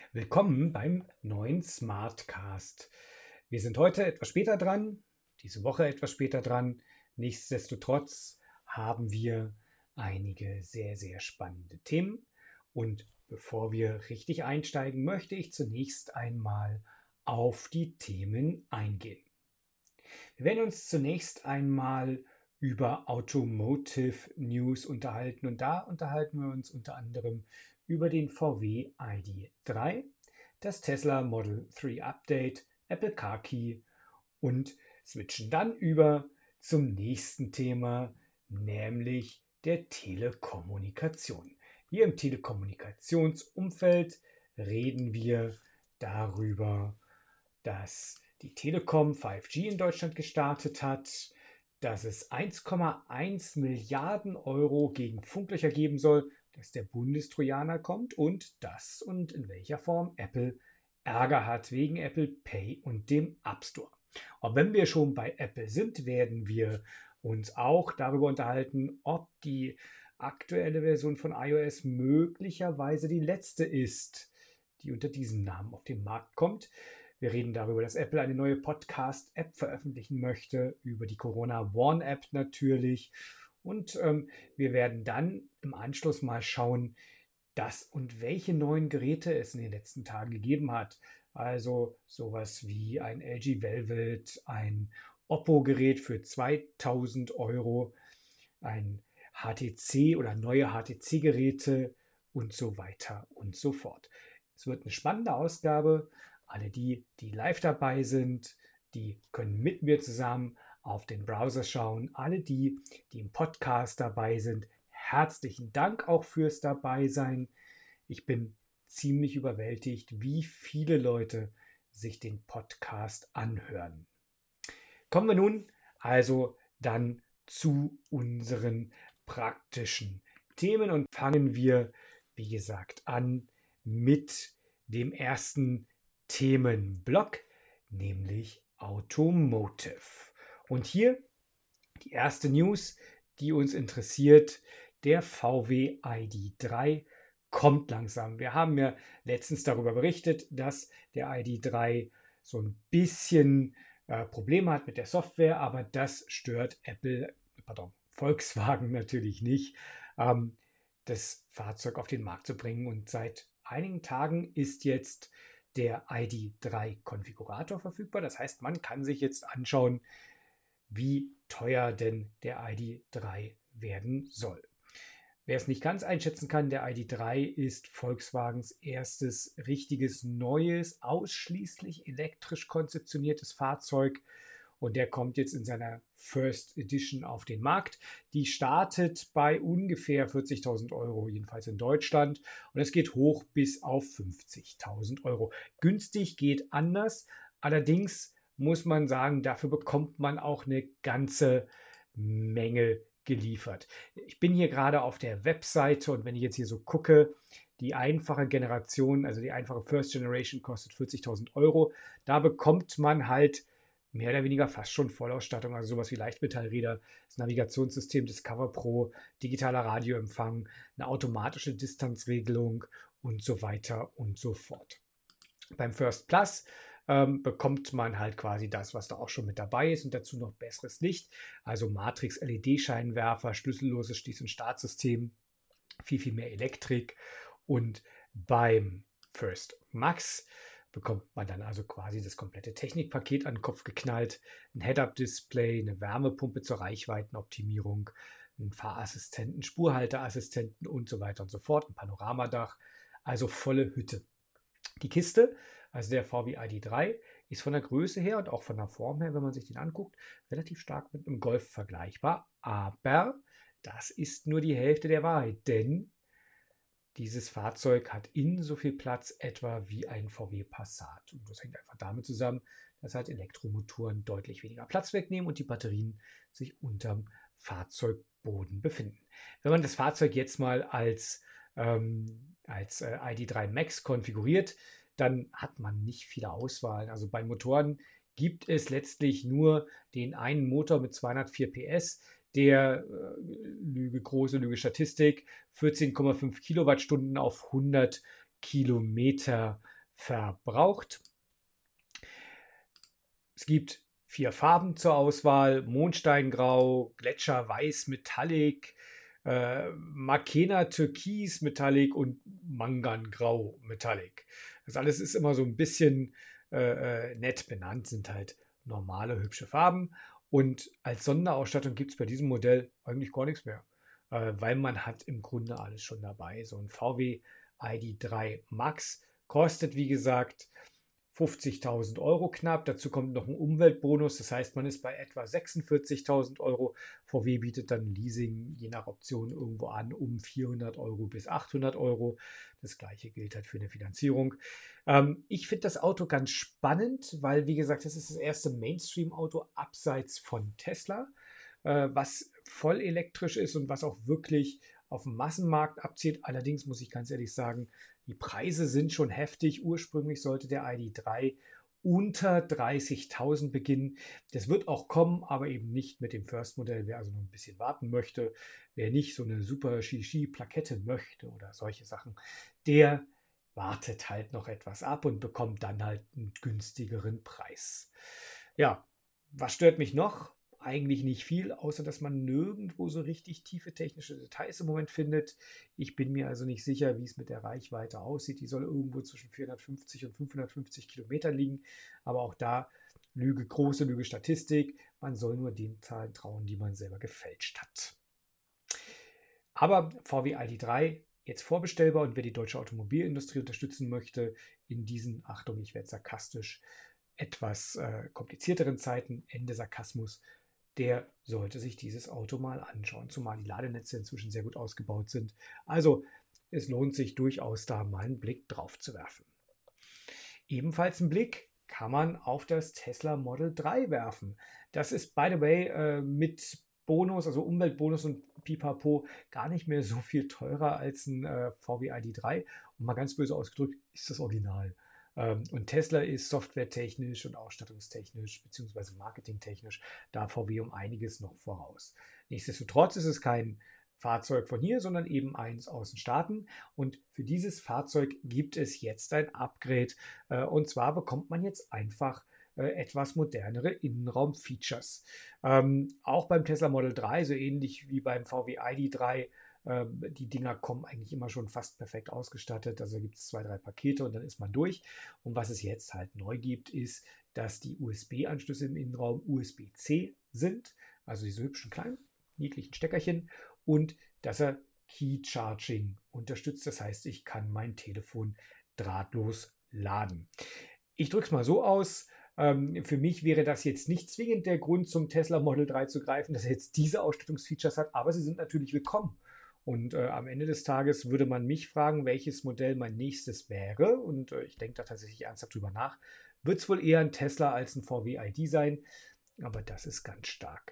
Willkommen beim neuen Smartcast. Wir sind heute etwas später dran, diese Woche etwas später dran. Nichtsdestotrotz haben wir einige sehr, sehr spannende Themen. Und bevor wir richtig einsteigen, möchte ich zunächst einmal auf die Themen eingehen. Wir werden uns zunächst einmal über Automotive News unterhalten und da unterhalten wir uns unter anderem über den VW ID.3, das Tesla Model 3 Update, Apple Car Key und switchen dann über zum nächsten Thema, nämlich der Telekommunikation. Hier im Telekommunikationsumfeld reden wir darüber, dass die Telekom 5G in Deutschland gestartet hat, dass es 1,1 Milliarden Euro gegen Funklöcher geben soll, dass der Bundestrojaner kommt und dass und in welcher Form Apple Ärger hat wegen Apple Pay und dem App Store. Und wenn wir schon bei Apple sind, werden wir uns auch darüber unterhalten, ob die aktuelle Version von iOS möglicherweise die letzte ist, die unter diesem Namen auf den Markt kommt. Wir reden darüber, dass Apple eine neue Podcast-App veröffentlichen möchte, über die Corona Warn-App natürlich. Und wir werden dann im Anschluss mal schauen, dass und welche neuen Geräte es in den letzten Tagen gegeben hat. Also sowas wie ein LG Velvet, ein Oppo-Gerät für 2000 Euro, ein HTC oder neue HTC-Geräte und so weiter und so fort. Es wird eine spannende Ausgabe. Alle die live dabei sind, die können mit mir zusammen auf den Browser schauen. Alle die im Podcast dabei sind, herzlichen Dank auch fürs Dabeisein. Ich bin ziemlich überwältigt, wie viele Leute sich den Podcast anhören. Kommen wir nun also dann zu unseren praktischen Themen und fangen wir, wie gesagt, an mit dem ersten Themenblock, nämlich Automotive. Und hier die erste News, die uns interessiert, der VW ID.3 kommt langsam. Wir haben ja letztens darüber berichtet, dass der ID.3 so ein bisschen Probleme hat mit der Software, aber das stört Volkswagen natürlich nicht, das Fahrzeug auf den Markt zu bringen. Und seit einigen Tagen ist jetzt der ID.3 Konfigurator verfügbar. Das heißt, man kann sich jetzt anschauen, wie teuer denn der ID.3 werden soll. Wer es nicht ganz einschätzen kann, der ID.3 ist Volkswagens erstes richtiges neues, ausschließlich elektrisch konzeptioniertes Fahrzeug. Und der kommt jetzt in seiner First Edition auf den Markt. Die startet bei ungefähr 40.000 Euro, jedenfalls in Deutschland. Und es geht hoch bis auf 50.000 Euro. Günstig geht anders. Allerdings muss man sagen, dafür bekommt man auch eine ganze Menge geliefert. Ich bin hier gerade auf der Webseite und wenn ich jetzt hier so gucke, die einfache Generation, also die einfache First Generation kostet 40.000 Euro. Da bekommt man halt mehr oder weniger fast schon Vollausstattung, also sowas wie Leichtmetallräder, das Navigationssystem Discover Pro, digitaler Radioempfang, eine automatische Distanzregelung und so weiter und so fort. Beim First Plus bekommt man halt quasi das, was da auch schon mit dabei ist und dazu noch besseres Licht, also Matrix-LED-Scheinwerfer, schlüsselloses Schließ- und Startsystem, viel mehr Elektrik und beim First Max bekommt man dann also quasi das komplette Technikpaket an den Kopf geknallt, ein Head-Up-Display, eine Wärmepumpe zur Reichweitenoptimierung, einen Fahrassistenten, Spurhalteassistenten und so weiter und so fort, ein Panoramadach, also volle Hütte. Die Kiste, also der VW ID.3, ist von der Größe her und auch von der Form her, wenn man sich den anguckt, relativ stark mit einem Golf vergleichbar. Aber das ist nur die Hälfte der Wahrheit, denn dieses Fahrzeug hat innen so viel Platz etwa wie ein VW Passat. Und das hängt einfach damit zusammen, dass halt Elektromotoren deutlich weniger Platz wegnehmen und die Batterien sich unterm Fahrzeugboden befinden. Wenn man das Fahrzeug jetzt mal als ID.3 Max konfiguriert, dann hat man nicht viele Auswahlen. Also bei Motoren gibt es letztlich nur den einen Motor mit 204 PS, der große Lüge Statistik, 14,5 Kilowattstunden auf 100 Kilometer verbraucht. Es gibt 4 Farben zur Auswahl: Mondsteingrau, Gletscherweiß Metallic, Makena Türkis Metallic und Mangangrau Metallic. Das alles ist immer so ein bisschen nett benannt, sind halt normale, hübsche Farben. Und als Sonderausstattung gibt es bei diesem Modell eigentlich gar nichts mehr, weil man hat im Grunde alles schon dabei. So ein VW ID.3 Max kostet, wie gesagt, 50.000 € knapp. Dazu kommt noch ein Umweltbonus. Das heißt, man ist bei etwa 46.000 €. VW bietet dann Leasing je nach Option irgendwo an um 400 € bis 800 €. Das gleiche gilt halt für eine Finanzierung. Ich finde das Auto ganz spannend, weil, wie gesagt, das ist das erste Mainstream-Auto abseits von Tesla, was voll elektrisch ist und was auch wirklich auf dem Massenmarkt abzielt. Allerdings muss ich ganz ehrlich sagen, die Preise sind schon heftig. Ursprünglich sollte der ID.3 unter 30.000 beginnen. Das wird auch kommen, aber eben nicht mit dem First-Modell. Wer also noch ein bisschen warten möchte, wer nicht so eine super Shishi-Plakette möchte oder solche Sachen, der wartet halt noch etwas ab und bekommt dann halt einen günstigeren Preis. Ja, was stört mich noch? Eigentlich nicht viel, außer dass man nirgendwo so richtig tiefe technische Details im Moment findet. Ich bin mir also nicht sicher, wie es mit der Reichweite aussieht. Die soll irgendwo zwischen 450 und 550 Kilometern liegen. Aber auch da große Lüge Statistik. Man soll nur den Zahlen trauen, die man selber gefälscht hat. Aber VW ID.3 jetzt vorbestellbar, und wer die deutsche Automobilindustrie unterstützen möchte, in diesen, Achtung, ich werde sarkastisch, etwas komplizierteren Zeiten, Ende Sarkasmus, der sollte sich dieses Auto mal anschauen, zumal die Ladenetze inzwischen sehr gut ausgebaut sind. Also es lohnt sich durchaus, da mal einen Blick drauf zu werfen. Ebenfalls einen Blick kann man auf das Tesla Model 3 werfen. Das ist, by the way, mit Bonus, also Umweltbonus und Pipapo, gar nicht mehr so viel teurer als ein VW ID.3. Und mal ganz böse ausgedrückt, ist das Original. Und Tesla ist softwaretechnisch und ausstattungstechnisch bzw. marketingtechnisch da VW um einiges noch voraus. Nichtsdestotrotz ist es kein Fahrzeug von hier, sondern eben eins aus den Staaten. Und für dieses Fahrzeug gibt es jetzt ein Upgrade. Und zwar bekommt man jetzt einfach etwas modernere Innenraum-Features. Auch beim Tesla Model 3, so ähnlich wie beim VW ID.3, die Dinger kommen eigentlich immer schon fast perfekt ausgestattet. Also gibt es 2, 3 Pakete und dann ist man durch. Und was es jetzt halt neu gibt, ist, dass die USB-Anschlüsse im Innenraum USB-C sind. Also diese hübschen kleinen, niedlichen Steckerchen. Und dass er Key Charging unterstützt. Das heißt, ich kann mein Telefon drahtlos laden. Ich drücke es mal so aus. Für mich wäre das jetzt nicht zwingend der Grund, zum Tesla Model 3 zu greifen, dass er jetzt diese Ausstattungsfeatures hat, aber sie sind natürlich willkommen. Und am Ende des Tages würde man mich fragen, welches Modell mein nächstes wäre. Und ich denke da tatsächlich ernsthaft drüber nach. Wird es wohl eher ein Tesla als ein VW ID sein. Aber das ist ganz stark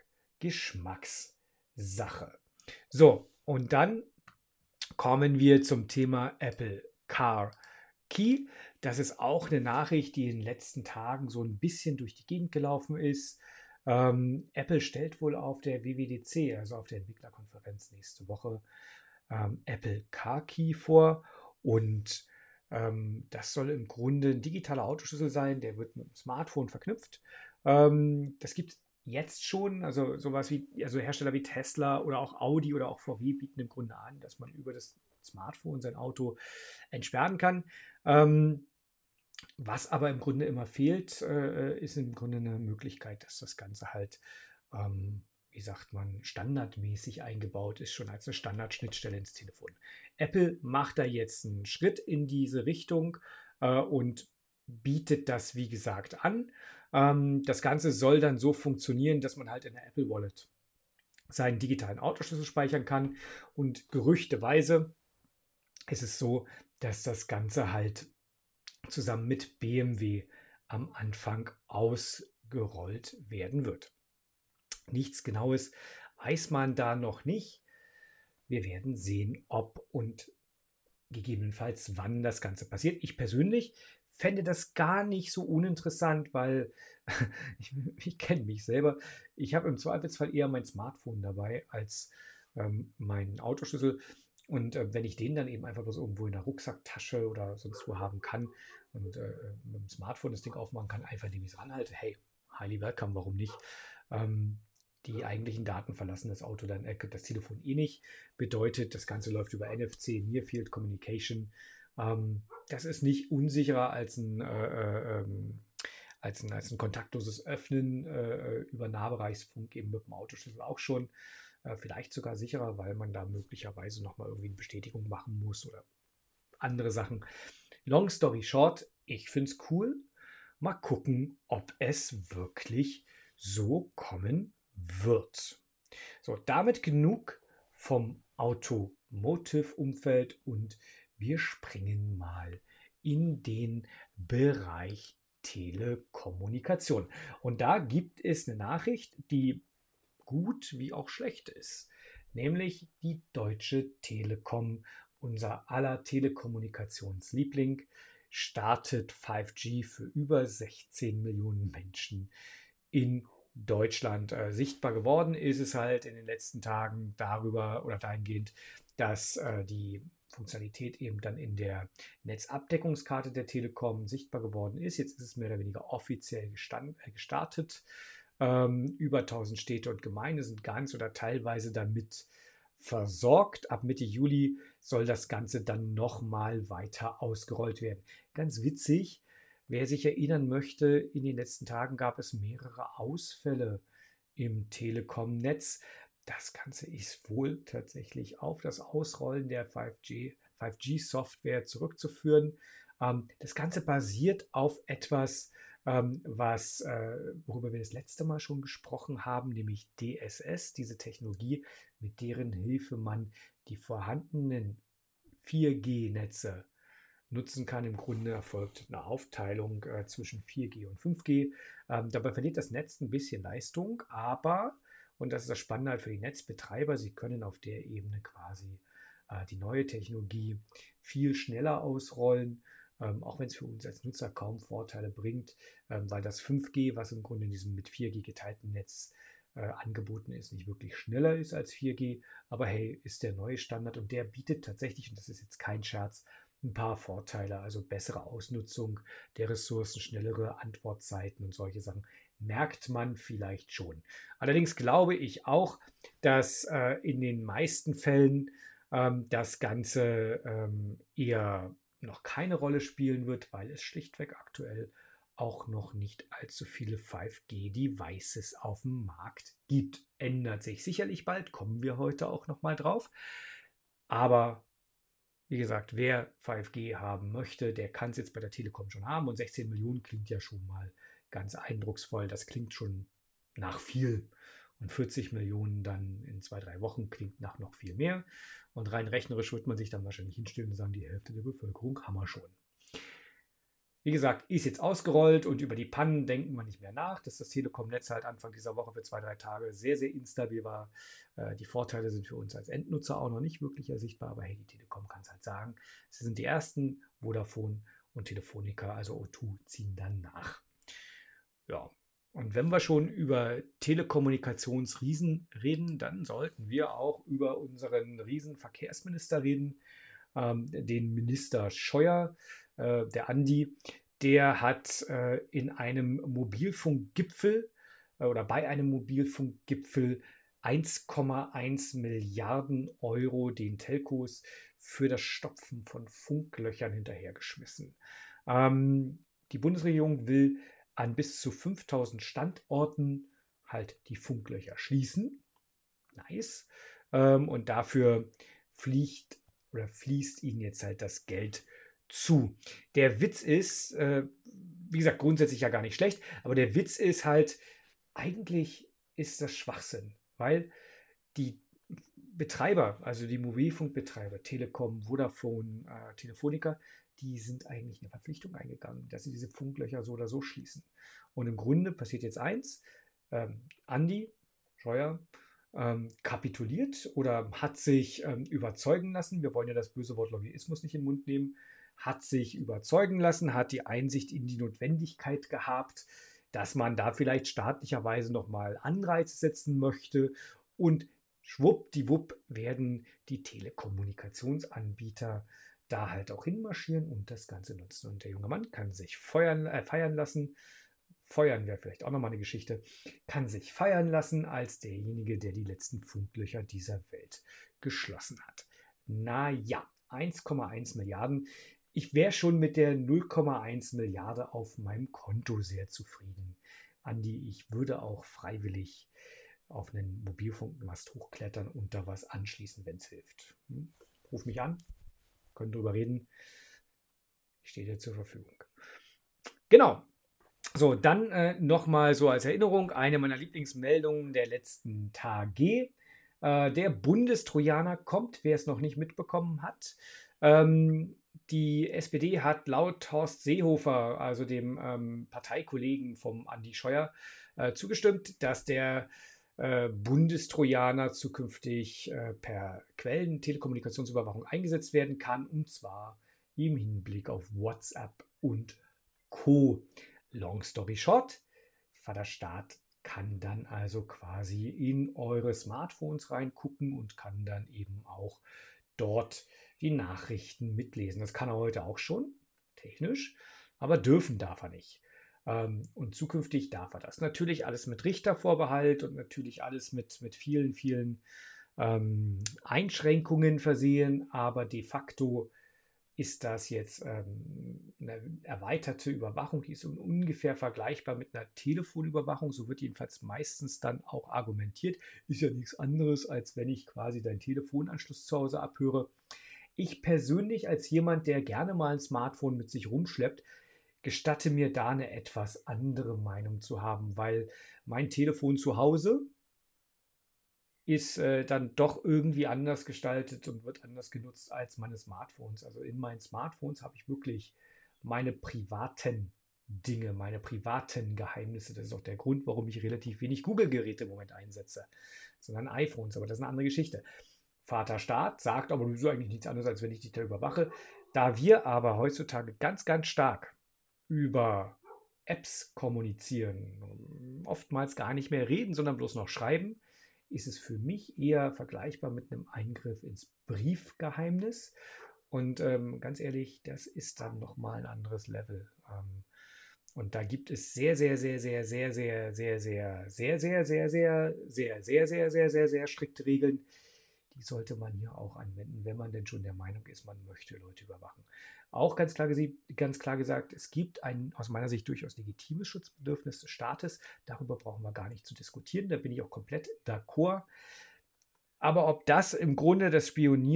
Geschmackssache. So, und dann kommen wir zum Thema Apple Car Key. Das ist auch eine Nachricht, die in den letzten Tagen so ein bisschen durch die Gegend gelaufen ist. Apple stellt wohl auf der WWDC, also auf der Entwicklerkonferenz nächste Woche, Apple Car Key vor. Und das soll im Grunde ein digitaler Autoschlüssel sein, der wird mit dem Smartphone verknüpft. Das gibt es jetzt schon, also sowas wie, also Hersteller wie Tesla oder auch Audi oder auch VW bieten im Grunde an, dass man über das Smartphone sein Auto entsperren kann. Was aber im Grunde immer fehlt, ist im Grunde eine Möglichkeit, dass das Ganze halt, wie sagt man, standardmäßig eingebaut ist, schon als eine Standardschnittstelle ins Telefon. Apple macht da jetzt einen Schritt in diese Richtung und bietet das, wie gesagt, an. Das Ganze soll dann so funktionieren, dass man halt in der Apple Wallet seinen digitalen Autoschlüssel speichern kann. Und gerüchteweise ist es so, dass das Ganze halt zusammen mit BMW am Anfang ausgerollt werden wird. Nichts Genaues weiß man da noch nicht. Wir werden sehen, ob und gegebenenfalls wann das Ganze passiert. Ich persönlich fände das gar nicht so uninteressant, weil ich kenne mich selber. Ich habe im Zweifelsfall eher mein Smartphone dabei als meinen Autoschlüssel. Und wenn ich den dann eben einfach bloß irgendwo in der Rucksacktasche oder sonst wo haben kann und mit dem Smartphone das Ding aufmachen kann, einfach indem ich es ranhalte, hey, highly welcome, warum nicht? Ähm, Die eigentlichen Daten verlassen das Auto dann, das Telefon eh nicht. Bedeutet, das Ganze läuft über NFC, Near Field Communication. Das ist nicht unsicherer als ein kontaktloses Öffnen über Nahbereichsfunk eben mit dem Autoschlüssel auch schon. Vielleicht sogar sicherer, weil man da möglicherweise nochmal irgendwie eine Bestätigung machen muss oder andere Sachen. Long story short, ich finde es cool. Mal gucken, ob es wirklich so kommen wird. So, damit genug vom Automotive-Umfeld und wir springen mal in den Bereich Telekommunikation. Und da gibt es eine Nachricht, die gut wie auch schlecht ist, nämlich die Deutsche Telekom, unser aller Telekommunikationsliebling, startet 5G für über 16 Millionen Menschen in Deutschland. Sichtbar geworden ist es halt in den letzten Tagen darüber oder dahingehend, dass die Funktionalität eben dann in der Netzabdeckungskarte der Telekom sichtbar geworden ist. Jetzt ist es mehr oder weniger offiziell gestartet. Über 1000 Städte und Gemeinden sind ganz oder teilweise damit versorgt. Ab Mitte Juli soll das Ganze dann nochmal weiter ausgerollt werden. Ganz witzig, wer sich erinnern möchte, in den letzten Tagen gab es mehrere Ausfälle im Telekom-Netz. Das Ganze ist wohl tatsächlich auf das Ausrollen der 5G-Software zurückzuführen. Das Ganze basiert auf etwas, worüber wir das letzte Mal schon gesprochen haben, nämlich DSS, diese Technologie, mit deren Hilfe man die vorhandenen 4G-Netze nutzen kann. Im Grunde erfolgt eine Aufteilung zwischen 4G und 5G. Dabei verliert das Netz ein bisschen Leistung, aber, und das ist das Spannende halt für die Netzbetreiber, sie können auf der Ebene quasi die neue Technologie viel schneller ausrollen, auch wenn es für uns als Nutzer kaum Vorteile bringt, weil das 5G, was im Grunde in diesem mit 4G geteilten Netz angeboten ist, nicht wirklich schneller ist als 4G. Aber hey, ist der neue Standard und der bietet tatsächlich, und das ist jetzt kein Scherz, ein paar Vorteile, also bessere Ausnutzung der Ressourcen, schnellere Antwortzeiten und solche Sachen merkt man vielleicht schon. Allerdings glaube ich auch, dass in den meisten Fällen das Ganze eher noch keine Rolle spielen wird, weil es schlichtweg aktuell auch noch nicht allzu viele 5G-Devices auf dem Markt gibt. Ändert sich sicherlich bald, kommen wir heute auch noch mal drauf. Aber wie gesagt, wer 5G haben möchte, der kann es jetzt bei der Telekom schon haben. Und 16 Millionen klingt ja schon mal ganz eindrucksvoll. Das klingt schon nach viel. Und 40 Millionen dann in 2, 3 Wochen klingt nach noch viel mehr. Und rein rechnerisch wird man sich dann wahrscheinlich hinstellen und sagen, die Hälfte der Bevölkerung haben wir schon. Wie gesagt, ist jetzt ausgerollt und über die Pannen denken wir nicht mehr nach, dass das Telekom-Netz halt Anfang dieser Woche für 2, 3 Tage sehr, sehr instabil war. Die Vorteile sind für uns als Endnutzer auch noch nicht wirklich ersichtbar, aber hey, die Telekom kann es halt sagen. Sie sind die ersten, Vodafone und Telefonica, also O2, ziehen dann nach. Ja, und wenn wir schon über Telekommunikationsriesen reden, dann sollten wir auch über unseren Riesenverkehrsminister reden, den Minister Scheuer, der Andi. Der hat in einem Mobilfunkgipfel oder bei einem Mobilfunkgipfel 1,1 Milliarden Euro den Telcos für das Stopfen von Funklöchern hinterhergeschmissen. Die Bundesregierung will an bis zu 5000 Standorten halt die Funklöcher schließen. Nice. Und dafür fließt ihnen jetzt halt das Geld zu. Der Witz ist, wie gesagt, grundsätzlich ja gar nicht schlecht, aber der Witz ist halt, eigentlich ist das Schwachsinn, weil die Betreiber, also die Mobilfunkbetreiber, Telekom, Vodafone, Telefonica, die sind eigentlich eine Verpflichtung eingegangen, dass sie diese Funklöcher so oder so schließen. Und im Grunde passiert jetzt eins, Andi Scheuer kapituliert oder hat sich überzeugen lassen, wir wollen ja das böse Wort Lobbyismus nicht in den Mund nehmen, hat sich überzeugen lassen, hat die Einsicht in die Notwendigkeit gehabt, dass man da vielleicht staatlicherweise nochmal Anreize setzen möchte und schwuppdiwupp werden die Telekommunikationsanbieter da halt auch hinmarschieren und das Ganze nutzen. Und der junge Mann kann sich feiern lassen. Feuern wäre vielleicht auch nochmal eine Geschichte. Kann sich feiern lassen als derjenige, der die letzten Funklöcher dieser Welt geschlossen hat. Naja, 1,1 Milliarden. Ich wäre schon mit der 0,1 Milliarde auf meinem Konto sehr zufrieden. Andi, ich würde auch freiwillig auf einen Mobilfunkmast hochklettern und da was anschließen, wenn es hilft. Ruf mich an, können drüber reden. Ich stehe dir zur Verfügung. Genau. So, dann nochmal so als Erinnerung eine meiner Lieblingsmeldungen der letzten Tage. Der Bundestrojaner kommt, wer es noch nicht mitbekommen hat. Die SPD hat laut Horst Seehofer, also dem Parteikollegen vom Andi Scheuer, zugestimmt, dass der Bundestrojaner zukünftig per Quellen-Telekommunikationsüberwachung eingesetzt werden kann, und zwar im Hinblick auf WhatsApp und Co. Long story short, Vater Staat kann dann also quasi in eure Smartphones reingucken und kann dann eben auch dort die Nachrichten mitlesen. Das kann er heute auch schon, technisch, aber dürfen darf er nicht. Und zukünftig darf er das. Natürlich alles mit Richtervorbehalt und natürlich alles mit vielen, vielen Einschränkungen versehen, aber de facto ist das jetzt eine erweiterte Überwachung, die ist ungefähr vergleichbar mit einer Telefonüberwachung. So wird jedenfalls meistens dann auch argumentiert. Ist ja nichts anderes, als wenn ich quasi deinen Telefonanschluss zu Hause abhöre. Ich persönlich als jemand, der gerne mal ein Smartphone mit sich rumschleppt, gestatte mir da eine etwas andere Meinung zu haben, weil mein Telefon zu Hause ist dann doch irgendwie anders gestaltet und wird anders genutzt als meine Smartphones. Also in meinen Smartphones habe ich wirklich meine privaten Dinge, meine privaten Geheimnisse. Das ist auch der Grund, warum ich relativ wenig Google-Geräte im Moment einsetze, sondern iPhones. Aber das ist eine andere Geschichte. Vater Staat sagt aber sowieso eigentlich nichts anderes, als wenn ich dich da überwache. Da wir aber heutzutage ganz, ganz stark über Apps kommunizieren, oftmals gar nicht mehr reden, sondern bloß noch schreiben, ist es für mich eher vergleichbar mit einem Eingriff ins Briefgeheimnis. Und ganz ehrlich, das ist dann nochmal ein anderes Level. Und da gibt es sehr, sehr, sehr, sehr, sehr, sehr, sehr, sehr, sehr, sehr, sehr, sehr, sehr, sehr, sehr, sehr, sehr, sehr strikte Regeln. Die sollte man hier auch anwenden, wenn man denn schon der Meinung ist, man möchte Leute überwachen. Auch ganz klar gesagt, es gibt ein aus meiner Sicht durchaus legitimes Schutzbedürfnis des Staates. Darüber brauchen wir gar nicht zu diskutieren. Da bin ich auch komplett d'accord. Aber ob das im Grunde das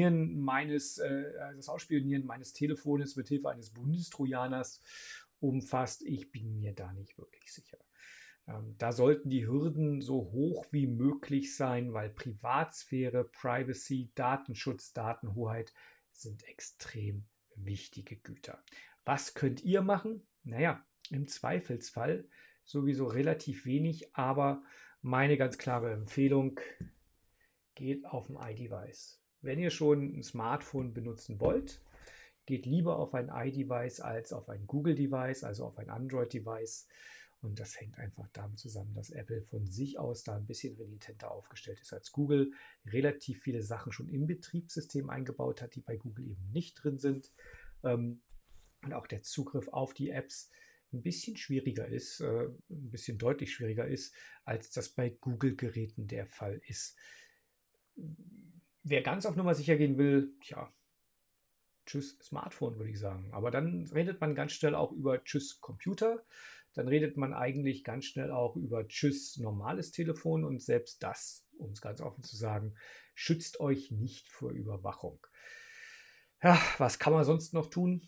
das Ausspionieren meines Telefones mit Hilfe eines Bundestrojaners umfasst, ich bin mir da nicht wirklich sicher. Da sollten die Hürden so hoch wie möglich sein, weil Privatsphäre, Privacy, Datenschutz, Datenhoheit sind extrem wichtige Güter. Was könnt ihr machen? Naja, im Zweifelsfall sowieso relativ wenig, aber meine ganz klare Empfehlung: geht auf ein iDevice. Wenn ihr schon ein Smartphone benutzen wollt, geht lieber auf ein iDevice als auf ein Google-Device, also auf ein Android-Device. Und das hängt einfach damit zusammen, dass Apple von sich aus da ein bisschen renitenter aufgestellt ist als Google, relativ viele Sachen schon im Betriebssystem eingebaut hat, die bei Google eben nicht drin sind. Und auch der Zugriff auf die Apps ein bisschen schwieriger ist, ein bisschen deutlich schwieriger ist, als das bei Google-Geräten der Fall ist. Wer ganz auf Nummer sicher gehen will, tja, tschüss Smartphone, würde ich sagen. Aber dann redet man ganz schnell auch über tschüss Computer. Dann redet man eigentlich ganz schnell auch über tschüss normales Telefon. Und selbst das, um es ganz offen zu sagen, schützt euch nicht vor Überwachung. Ja, was kann man sonst noch tun?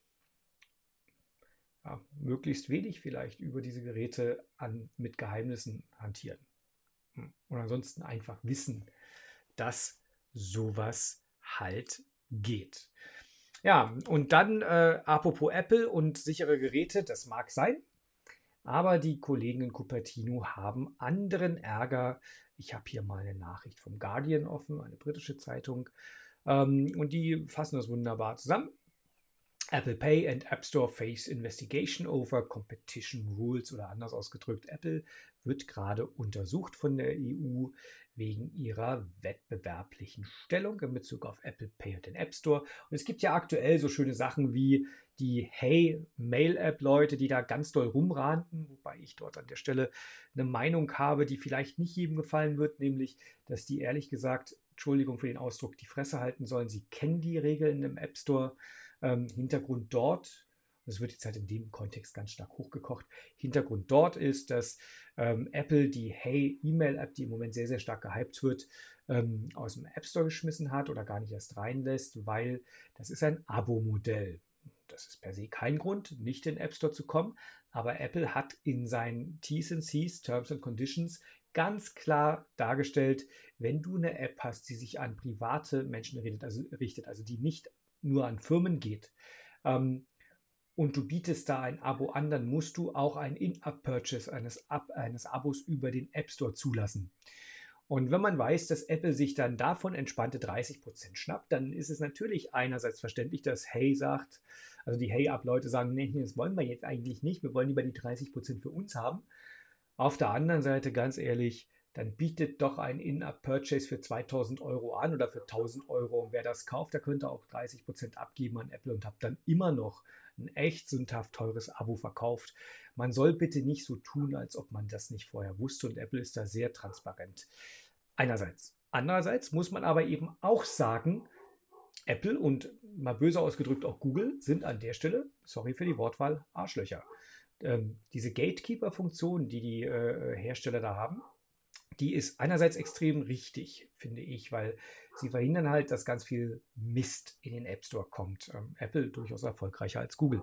Ja, möglichst wenig vielleicht über diese Geräte mit Geheimnissen hantieren. Und ansonsten einfach wissen, dass sowas halt geht. Ja, und dann apropos Apple und sichere Geräte, das mag sein, aber die Kollegen in Cupertino haben anderen Ärger. Ich habe hier mal eine Nachricht vom Guardian offen, eine britische Zeitung, und die fassen das wunderbar zusammen. Apple Pay and App Store face investigation over competition rules, oder anders ausgedrückt, Apple wird gerade untersucht von der EU wegen ihrer wettbewerblichen Stellung in Bezug auf Apple Pay und den App Store. Und es gibt ja aktuell so schöne Sachen wie die Hey Mail App Leute, die da ganz doll rumranten, wobei ich dort an der Stelle eine Meinung habe, die vielleicht nicht jedem gefallen wird, nämlich, dass die ehrlich gesagt, Entschuldigung für den Ausdruck, die Fresse halten sollen. Sie kennen die Regeln im App Store. Hintergrund dort, das wird jetzt halt in dem Kontext ganz stark hochgekocht, Hintergrund dort ist, dass Apple die Hey E-Mail-App, die im Moment sehr, sehr stark gehypt wird, aus dem App Store geschmissen hat oder gar nicht erst reinlässt, weil das ist ein Abo-Modell. Das ist per se kein Grund, nicht in den App Store zu kommen, aber Apple hat in seinen T's and C's, Terms and Conditions, ganz klar dargestellt, wenn du eine App hast, die sich an private Menschen richtet, also die nicht nur an Firmen geht, und du bietest da ein Abo an, dann musst du auch ein In-App-Purchase eines Abos über den App Store zulassen. Und wenn man weiß, dass Apple sich dann davon entspannte 30% schnappt, dann ist es natürlich einerseits verständlich, dass Hey sagt, also die Hey-App-Leute sagen, nee, das wollen wir jetzt eigentlich nicht, wir wollen lieber die 30% für uns haben. Auf der anderen Seite, ganz ehrlich, dann bietet doch ein In-App-Purchase für 2.000 Euro an oder für 1.000 Euro. Und wer das kauft, der könnte auch 30% abgeben an Apple und hat dann immer noch ein echt sündhaft teures Abo verkauft. Man soll bitte nicht so tun, als ob man das nicht vorher wusste, und Apple ist da sehr transparent. Einerseits. Andererseits muss man aber eben auch sagen, Apple und mal böse ausgedrückt auch Google sind an der Stelle, sorry für die Wortwahl, Arschlöcher. Diese Gatekeeper-Funktion, die die Hersteller da haben, die ist einerseits extrem richtig, finde ich, weil sie verhindern halt, dass ganz viel Mist in den App Store kommt. Apple durchaus erfolgreicher als Google.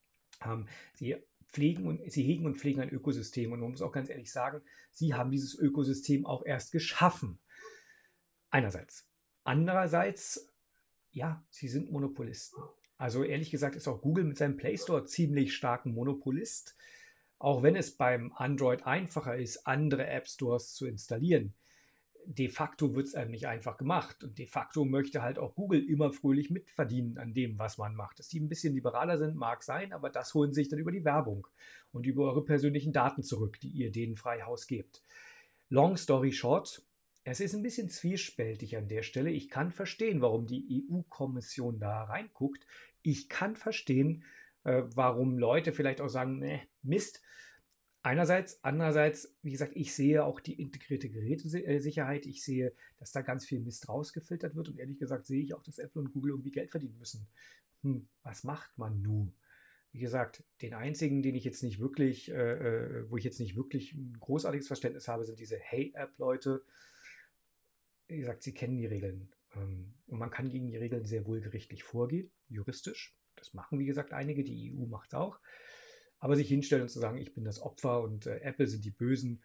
Sie hegen und pflegen ein Ökosystem, und man muss auch ganz ehrlich sagen, sie haben dieses Ökosystem auch erst geschaffen. Einerseits. Andererseits, ja, sie sind Monopolisten. Also ehrlich gesagt ist auch Google mit seinem Play Store ziemlich starken Monopolist. Auch wenn es beim Android einfacher ist, andere App Stores zu installieren, de facto wird es einem nicht einfach gemacht. Und de facto möchte halt auch Google immer fröhlich mitverdienen an dem, was man macht. Dass die ein bisschen liberaler sind, mag sein, aber das holen sie sich dann über die Werbung und über eure persönlichen Daten zurück, die ihr denen frei Haus gebt. Long story short, es ist ein bisschen zwiespältig an der Stelle. Ich kann verstehen, warum die EU-Kommission da reinguckt. Ich kann verstehen, warum Leute vielleicht auch sagen, nee, Mist. Einerseits, andererseits, wie gesagt, ich sehe auch die integrierte Gerätesicherheit. Ich sehe, dass da ganz viel Mist rausgefiltert wird, und ehrlich gesagt sehe ich auch, dass Apple und Google irgendwie Geld verdienen müssen. Was macht man nun? Wie gesagt, den einzigen, den ich jetzt nicht wirklich, wo ich jetzt nicht wirklich ein großartiges Verständnis habe, sind diese Hey-App-Leute. Wie gesagt, sie kennen die Regeln. Und man kann gegen die Regeln sehr wohl gerichtlich vorgehen, juristisch. Das machen, wie gesagt, einige, die EU macht es auch. Aber sich hinstellen und zu sagen, ich bin das Opfer und Apple sind die Bösen,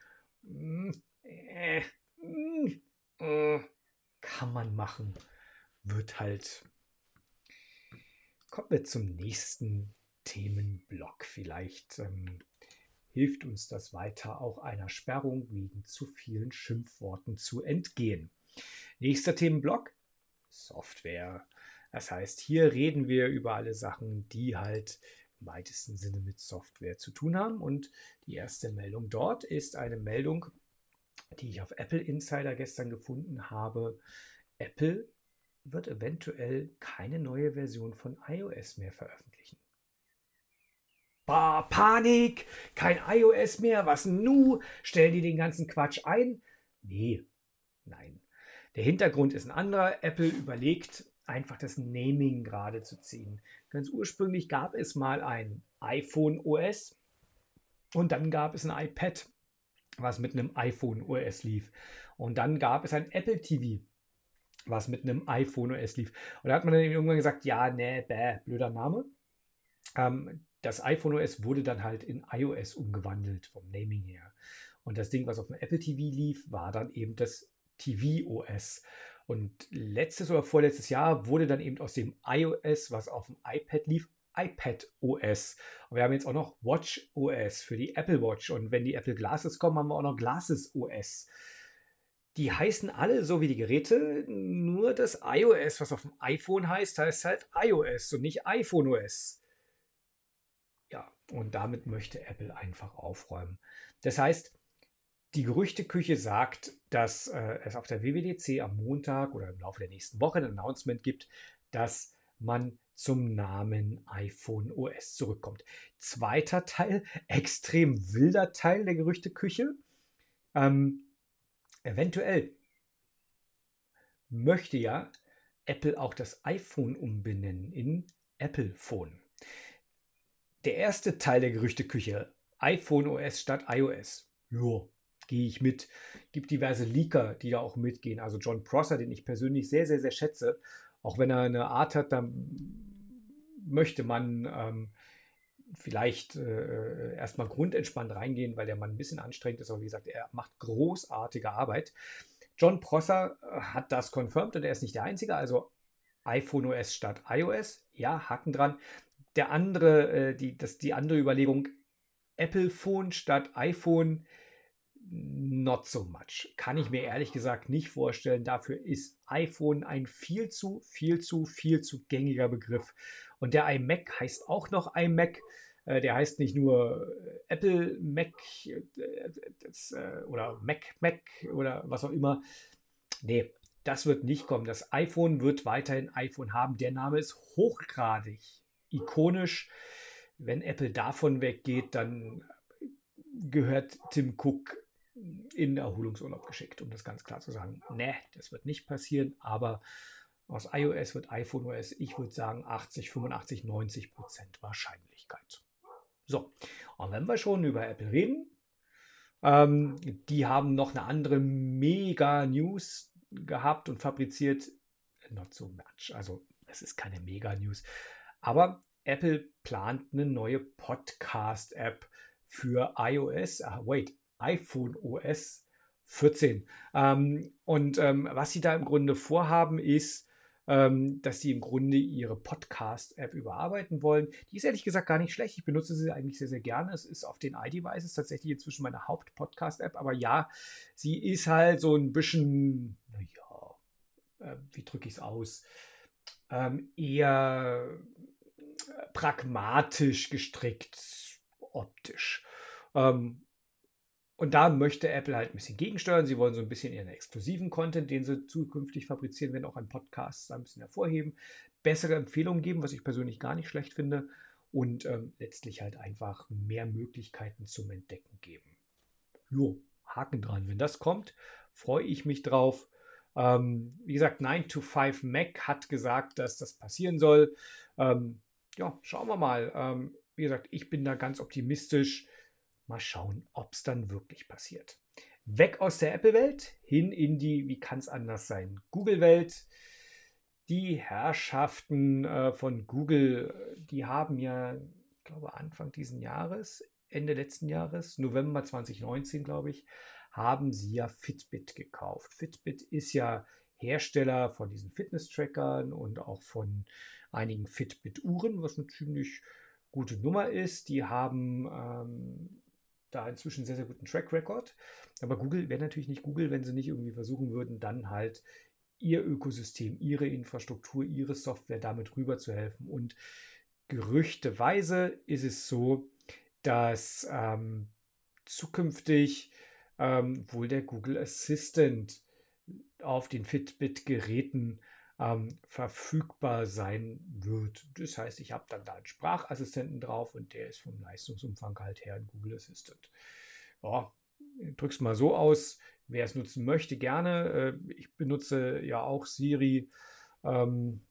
kann man machen. Wird halt. Kommen wir zum nächsten Themenblock. Vielleicht hilft uns das weiter, auch einer Sperrung wegen zu vielen Schimpfworten zu entgehen. Nächster Themenblock, Software. Das heißt, hier reden wir über alle Sachen, die halt im weitesten Sinne mit Software zu tun haben. Und die erste Meldung dort ist eine Meldung, die ich auf Apple Insider gestern gefunden habe. Apple wird eventuell keine neue Version von iOS mehr veröffentlichen. Bah, Panik! Kein iOS mehr, was nu? Stellen die den ganzen Quatsch ein? Nee, nein. Der Hintergrund ist ein anderer. Apple überlegt, einfach das Naming gerade zu ziehen. Ganz ursprünglich gab es mal ein iPhone OS und dann gab es ein iPad, was mit einem iPhone OS lief. Und dann gab es ein Apple TV, was mit einem iPhone OS lief. Und da hat man dann irgendwann gesagt, ja, nee, blöder Name. Das iPhone OS wurde dann halt in iOS umgewandelt, vom Naming her. Und das Ding, was auf dem Apple TV lief, war dann eben das TV OS. Und letztes oder vorletztes Jahr wurde dann eben aus dem iOS, was auf dem iPad lief, iPad OS. Und wir haben jetzt auch noch Watch OS für die Apple Watch. Und wenn die Apple Glasses kommen, haben wir auch noch Glasses OS. Die heißen alle so wie die Geräte, nur das iOS, was auf dem iPhone heißt halt iOS und nicht iPhone OS. Ja, und damit möchte Apple einfach aufräumen. Das heißt, die Gerüchteküche sagt, dass es auf der WWDC am Montag oder im Laufe der nächsten Woche ein Announcement gibt, dass man zum Namen iPhone OS zurückkommt. Zweiter Teil, extrem wilder Teil der Gerüchteküche. Eventuell möchte ja Apple auch das iPhone umbenennen in Apple Phone. Der erste Teil der Gerüchteküche, iPhone OS statt iOS. Jo, gehe ich mit. Gibt diverse Leaker, die da auch mitgehen. Also John Prosser, den ich persönlich sehr, sehr, sehr schätze. Auch wenn er eine Art hat, dann möchte man vielleicht erstmal grundentspannt reingehen, weil der Mann ein bisschen anstrengend ist. Aber wie gesagt, er macht großartige Arbeit. John Prosser hat das confirmed und er ist nicht der Einzige. Also iPhone OS statt iOS. Ja, Haken dran. Die andere Überlegung, Apple Phone statt iPhone, not so much. Kann ich mir ehrlich gesagt nicht vorstellen. Dafür ist iPhone ein viel zu gängiger Begriff. Und der iMac heißt auch noch iMac. Der heißt nicht nur Apple Mac oder Mac oder was auch immer. Nee, das wird nicht kommen. Das iPhone wird weiterhin iPhone haben. Der Name ist hochgradig ikonisch. Wenn Apple davon weggeht, dann gehört Tim Cook in Erholungsurlaub geschickt, um das ganz klar zu sagen. Nee, das wird nicht passieren, aber aus iOS wird iPhone OS, ich würde sagen 80, 85, 90% Wahrscheinlichkeit. So, und wenn wir schon über Apple reden, die haben noch eine andere Mega-News gehabt und fabriziert. Not so much. Also es ist keine Mega-News. Aber Apple plant eine neue Podcast-App für iPhone OS 14. Was sie da im Grunde vorhaben, ist, dass sie im Grunde ihre Podcast-App überarbeiten wollen. Die ist ehrlich gesagt gar nicht schlecht. Ich benutze sie eigentlich sehr, sehr gerne. Es ist auf den iDevices tatsächlich inzwischen meine Haupt-Podcast-App. Aber ja, sie ist halt so ein bisschen, naja, wie drücke ich es aus? Eher pragmatisch gestrickt, optisch. Und da möchte Apple halt ein bisschen gegensteuern. Sie wollen so ein bisschen ihren exklusiven Content, den sie zukünftig fabrizieren werden, auch an Podcasts ein bisschen hervorheben, bessere Empfehlungen geben, was ich persönlich gar nicht schlecht finde und letztlich halt einfach mehr Möglichkeiten zum Entdecken geben. Jo, Haken dran. Wenn das kommt, freue ich mich drauf. Wie gesagt, 9to5 Mac hat gesagt, dass das passieren soll. Ja, schauen wir mal. Wie gesagt, ich bin da ganz optimistisch. Mal schauen, ob es dann wirklich passiert. Weg aus der Apple-Welt, hin in die, wie kann es anders sein, Google-Welt. Die Herrschaften von Google, die haben ja, ich glaube, Anfang diesen Jahres, Ende letzten Jahres, November 2019, glaube ich, haben sie ja Fitbit gekauft. Fitbit ist ja Hersteller von diesen Fitness-Trackern und auch von einigen Fitbit-Uhren, was eine ziemlich gute Nummer ist. Die haben da inzwischen sehr, sehr guten Track Record. Aber Google wäre natürlich nicht Google, wenn sie nicht irgendwie versuchen würden, dann halt ihr Ökosystem, ihre Infrastruktur, ihre Software damit rüber zu helfen. Und gerüchteweise ist es so, dass zukünftig wohl der Google Assistant auf den Fitbit-Geräten verfügbar sein wird. Das heißt, ich habe dann da einen Sprachassistenten drauf und der ist vom Leistungsumfang halt her ein Google Assistant. Ja, drück's mal so aus. Wer es nutzen möchte, gerne. Ich benutze ja auch Siri. Auf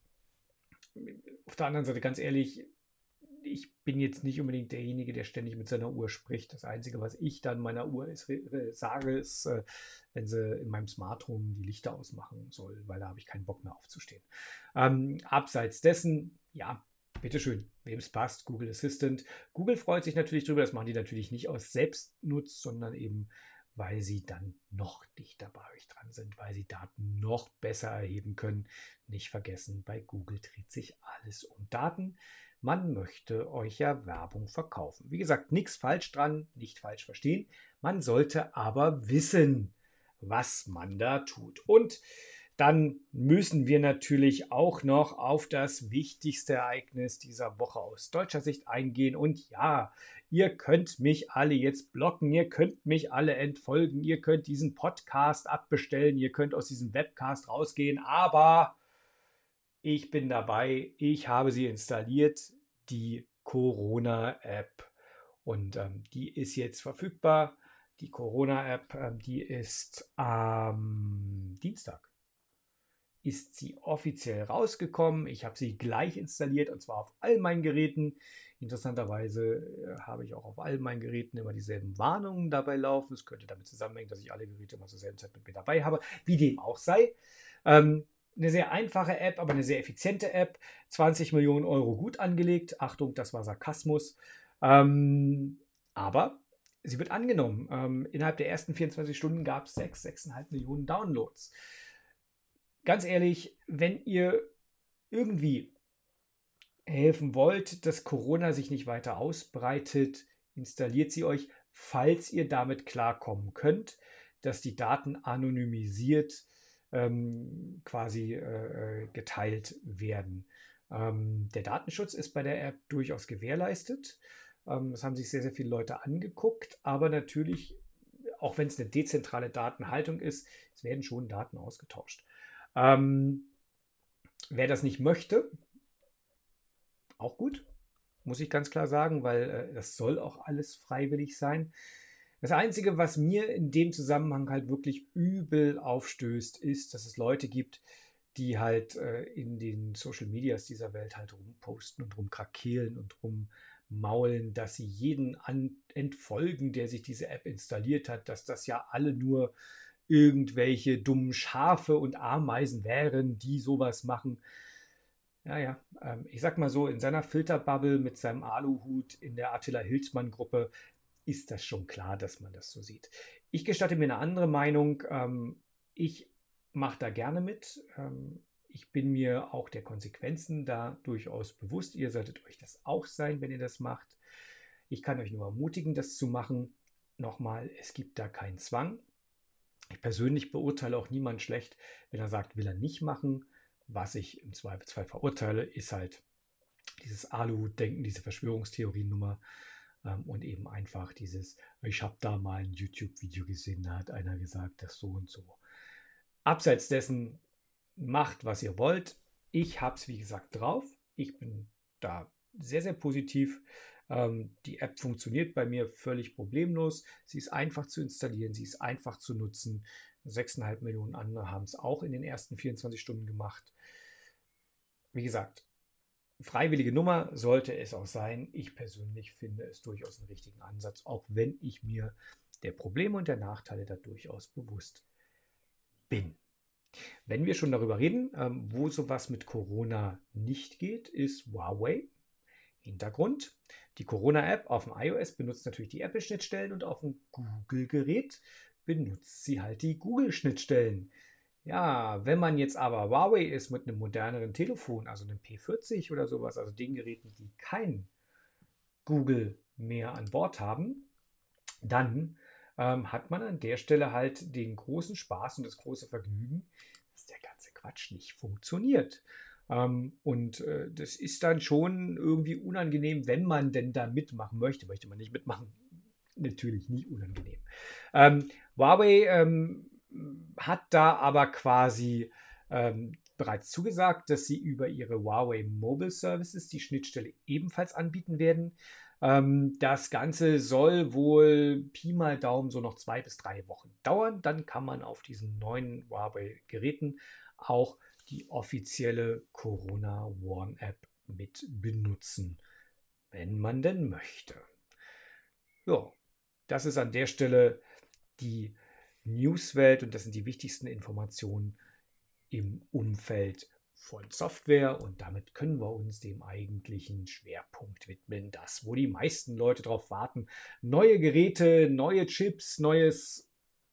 der anderen Seite, ganz ehrlich, ich bin jetzt nicht unbedingt derjenige, der ständig mit seiner Uhr spricht. Das Einzige, was ich dann meiner Uhr sage, ist, wenn sie in meinem Smart Home die Lichter ausmachen soll, weil da habe ich keinen Bock mehr aufzustehen. Abseits dessen, ja, bitteschön, wem es passt, Google Assistant. Google freut sich natürlich drüber, das machen die natürlich nicht aus Selbstnutz, sondern eben, weil sie dann noch dichter bei euch dran sind, weil sie Daten noch besser erheben können. Nicht vergessen, bei Google dreht sich alles um Daten. Man möchte euch ja Werbung verkaufen. Wie gesagt, nichts falsch dran, nicht falsch verstehen. Man sollte aber wissen, was man da tut. Und dann müssen wir natürlich auch noch auf das wichtigste Ereignis dieser Woche aus deutscher Sicht eingehen. Und ja, ihr könnt mich alle jetzt blocken, ihr könnt mich alle entfolgen, ihr könnt diesen Podcast abbestellen, ihr könnt aus diesem Webcast rausgehen, aber ich bin dabei, ich habe sie installiert, die Corona-App. Und die ist jetzt verfügbar. Die Corona-App, die ist am Dienstag. Ist sie offiziell rausgekommen. Ich habe sie gleich installiert und zwar auf all meinen Geräten. Interessanterweise habe ich auch auf all meinen Geräten immer dieselben Warnungen dabei laufen. Es könnte damit zusammenhängen, dass ich alle Geräte immer zur selben Zeit mit mir dabei habe. Wie dem auch sei. Eine sehr einfache App, aber eine sehr effiziente App. 20 Millionen Euro gut angelegt. Achtung, das war Sarkasmus. Aber sie wird angenommen. Innerhalb der ersten 24 Stunden gab es 6,5 Millionen Downloads. Ganz ehrlich, wenn ihr irgendwie helfen wollt, dass Corona sich nicht weiter ausbreitet, installiert sie euch, falls ihr damit klarkommen könnt, dass die Daten anonymisiert quasi geteilt werden. Der Datenschutz ist bei der App durchaus gewährleistet. Das haben sich sehr, sehr viele Leute angeguckt, aber natürlich, auch wenn es eine dezentrale Datenhaltung ist, es werden schon Daten ausgetauscht. Wer das nicht möchte, auch gut, muss ich ganz klar sagen, weil das soll auch alles freiwillig sein. Das Einzige, was mir in dem Zusammenhang halt wirklich übel aufstößt, ist, dass es Leute gibt, die halt in den Social Medias dieser Welt halt rumposten und rumkrakeelen und rummaulen, dass sie jeden entfolgen, der sich diese App installiert hat, dass das ja alle nur irgendwelche dummen Schafe und Ameisen wären, die sowas machen. Ja, ich sag mal so, in seiner Filterbubble mit seinem Aluhut in der Attila Hildmann-Gruppe ist das schon klar, dass man das so sieht. Ich gestatte mir eine andere Meinung. Ich mache da gerne mit. Ich bin mir auch der Konsequenzen da durchaus bewusst. Ihr solltet euch das auch sein, wenn ihr das macht. Ich kann euch nur ermutigen, das zu machen. Nochmal, es gibt da keinen Zwang. Ich persönlich beurteile auch niemand schlecht, wenn er sagt, will er nicht machen. Was ich im Zweifelsfall verurteile, ist halt dieses Aluhut-Denken, diese Verschwörungstheoriennummer und eben einfach dieses, ich habe da mal ein YouTube-Video gesehen, da hat einer gesagt, das so und so. Abseits dessen, macht, was ihr wollt. Ich habe es, wie gesagt, drauf. Ich bin da sehr, sehr positiv. Die App funktioniert bei mir völlig problemlos. Sie ist einfach zu installieren, sie ist einfach zu nutzen. 6,5 Millionen andere haben es auch in den ersten 24 Stunden gemacht. Wie gesagt, freiwillige Nummer sollte es auch sein. Ich persönlich finde es durchaus einen richtigen Ansatz, auch wenn ich mir der Probleme und der Nachteile da durchaus bewusst bin. Wenn wir schon darüber reden, wo sowas mit Corona nicht geht, ist Huawei. Hintergrund: Die Corona-App auf dem iOS benutzt natürlich die Apple-Schnittstellen und auf dem Google-Gerät benutzt sie halt die Google-Schnittstellen. Ja, wenn man jetzt aber Huawei ist mit einem moderneren Telefon, also einem P40 oder sowas, also den Geräten, die kein Google mehr an Bord haben, dann hat man an der Stelle halt den großen Spaß und das große Vergnügen, dass der ganze Quatsch nicht funktioniert. Das ist dann schon irgendwie unangenehm, wenn man denn da mitmachen möchte. Möchte man nicht mitmachen? Natürlich nicht unangenehm. Huawei hat da aber quasi bereits zugesagt, dass sie über ihre Huawei Mobile Services die Schnittstelle ebenfalls anbieten werden. Das Ganze soll wohl Pi mal Daumen so noch 2 bis 3 Wochen dauern. Dann kann man auf diesen neuen Huawei-Geräten auch die offizielle Corona Warn App mit benutzen, wenn man denn möchte. Ja, das ist an der Stelle die Newswelt und das sind die wichtigsten Informationen im Umfeld von Software und damit können wir uns dem eigentlichen Schwerpunkt widmen, das, wo die meisten Leute drauf warten. Neue Geräte, neue Chips, neues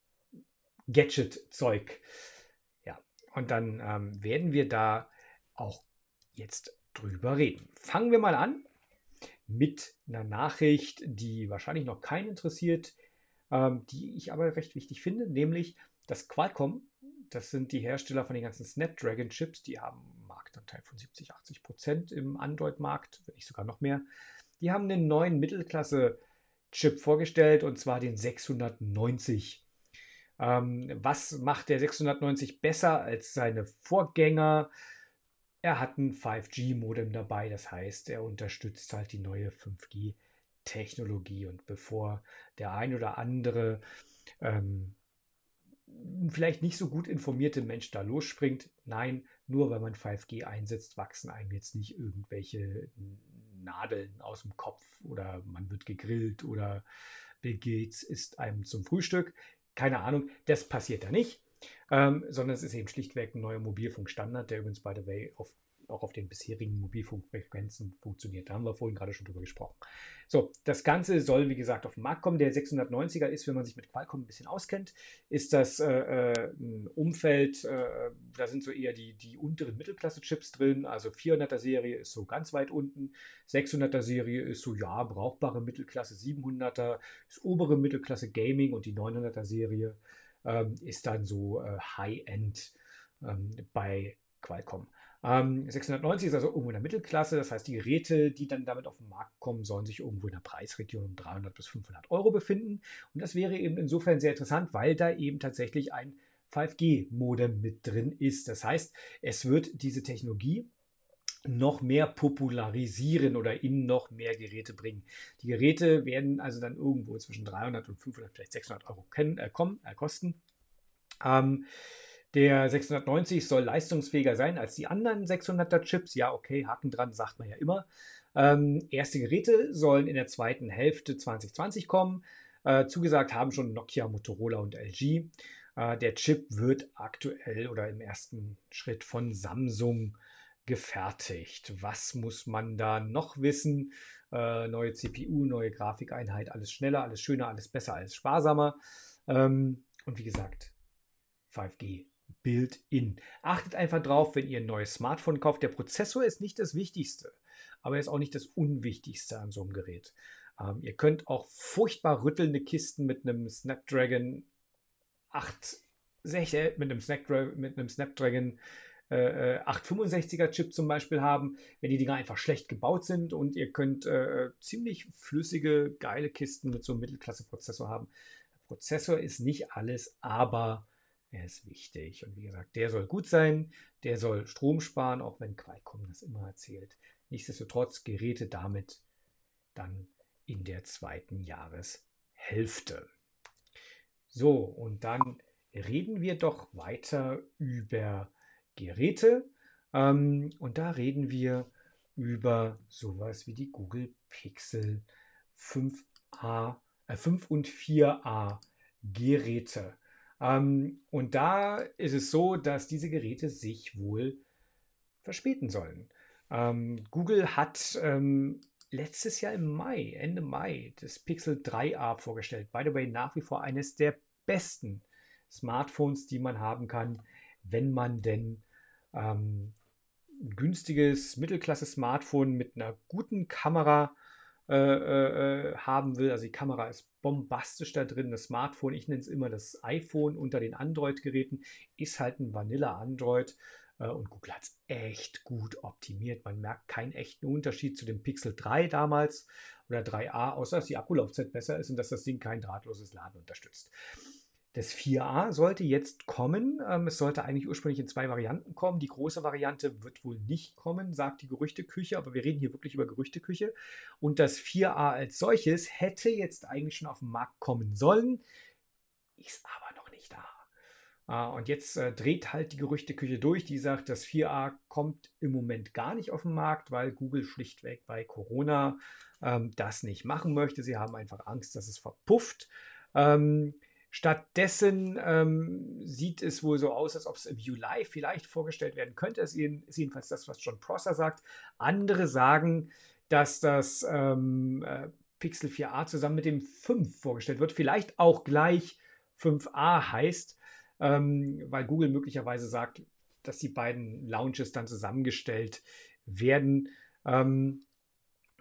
Gadget-Zeug. Ja, und dann werden wir da auch jetzt drüber reden. Fangen wir mal an mit einer Nachricht, die wahrscheinlich noch keinen interessiert, die ich aber recht wichtig finde, nämlich dass Qualcomm, das sind die Hersteller von den ganzen Snapdragon-Chips, die haben einen Marktanteil von 70-80% im Android-Markt, wenn nicht sogar noch mehr. Die haben einen neuen Mittelklasse-Chip vorgestellt, und zwar den 690. Was macht der 690 besser als seine Vorgänger? Er hat ein 5G-Modem dabei, das heißt, er unterstützt halt die neue 5G-Technologie. Und bevor der ein oder andere vielleicht nicht so gut informierte Mensch da losspringt, nein, nur weil man 5G einsetzt, wachsen einem jetzt nicht irgendwelche Nadeln aus dem Kopf oder man wird gegrillt oder Bill Gates isst einem zum Frühstück. Keine Ahnung, das passiert da nicht, sondern es ist eben schlichtweg ein neuer Mobilfunkstandard, der übrigens, by the way, auch auf den bisherigen Mobilfunkfrequenzen funktioniert. Da haben wir vorhin gerade schon drüber gesprochen. So, das Ganze soll, wie gesagt, auf den Markt kommen. Der 690er ist, wenn man sich mit Qualcomm ein bisschen auskennt, ist das ein Umfeld, da sind so eher die unteren Mittelklasse-Chips drin. Also 400er Serie ist so ganz weit unten, 600er Serie ist so, ja, brauchbare Mittelklasse, 700er ist obere Mittelklasse Gaming und die 900er Serie ist dann so High-End bei Qualcomm. 690 ist also irgendwo in der Mittelklasse, das heißt, die Geräte, die dann damit auf den Markt kommen, sollen sich irgendwo in der Preisregion um 300 bis 500 Euro befinden. Und das wäre eben insofern sehr interessant, weil da eben tatsächlich ein 5G-Modem mit drin ist. Das heißt, es wird diese Technologie noch mehr popularisieren oder in noch mehr Geräte bringen. Die Geräte werden also dann irgendwo zwischen 300 und 500, vielleicht 600 Euro kosten. Der 690 soll leistungsfähiger sein als die anderen 600er Chips. Ja, okay, Haken dran, sagt man ja immer. Erste Geräte sollen in der zweiten Hälfte 2020 kommen. Zugesagt haben schon Nokia, Motorola und LG. Der Chip wird aktuell oder im ersten Schritt von Samsung gefertigt. Was muss man da noch wissen? Neue CPU, neue Grafikeinheit, alles schneller, alles schöner, alles besser, alles sparsamer. Und wie gesagt, 5G. Built-in. Achtet einfach drauf, wenn ihr ein neues Smartphone kauft. Der Prozessor ist nicht das Wichtigste, aber er ist auch nicht das Unwichtigste an so einem Gerät. Ihr könnt auch furchtbar rüttelnde Kisten mit einem Snapdragon 865er Chip zum Beispiel haben, wenn die Dinger einfach schlecht gebaut sind, und ihr könnt ziemlich flüssige, geile Kisten mit so einem Mittelklasse-Prozessor haben. Der Prozessor ist nicht alles, aber er ist wichtig. Und wie gesagt, der soll gut sein, der soll Strom sparen, auch wenn Qualcomm das immer erzählt. Nichtsdestotrotz Geräte damit dann in der zweiten Jahreshälfte. So, und dann reden wir doch weiter über Geräte. Und da reden wir über sowas wie die Google Pixel 5 und 4a Geräte. Und da ist es so, dass diese Geräte sich wohl verspäten sollen. Google hat letztes Jahr im Mai, Ende Mai, das Pixel 3a vorgestellt. By the way, nach wie vor eines der besten Smartphones, die man haben kann, wenn man denn ein günstiges Mittelklasse-Smartphone mit einer guten Kamera haben will. Also die Kamera ist bombastisch da drin. Das Smartphone, ich nenne es immer das iPhone unter den Android-Geräten, ist halt ein Vanilla-Android. Und Google hat es echt gut optimiert. Man merkt keinen echten Unterschied zu dem Pixel 3 damals oder 3a, außer dass die Akkulaufzeit besser ist und dass das Ding kein drahtloses Laden unterstützt. Das 4a sollte jetzt kommen. Es sollte eigentlich ursprünglich in 2 Varianten kommen. Die große Variante wird wohl nicht kommen, sagt die Gerüchteküche, aber wir reden hier wirklich über Gerüchteküche. Und das 4a als solches hätte jetzt eigentlich schon auf den Markt kommen sollen, ist aber noch nicht da. Und jetzt dreht halt die Gerüchteküche durch, die sagt, das 4a kommt im Moment gar nicht auf den Markt, weil Google schlichtweg bei Corona das nicht machen möchte. Sie haben einfach Angst, dass es verpufft. Stattdessen sieht es wohl so aus, als ob es im July vielleicht vorgestellt werden könnte. Es ist jedenfalls das, was John Prosser sagt. Andere sagen, dass das Pixel 4a zusammen mit dem 5 vorgestellt wird. Vielleicht auch gleich 5a heißt, weil Google möglicherweise sagt, dass die beiden Launches dann zusammengestellt werden.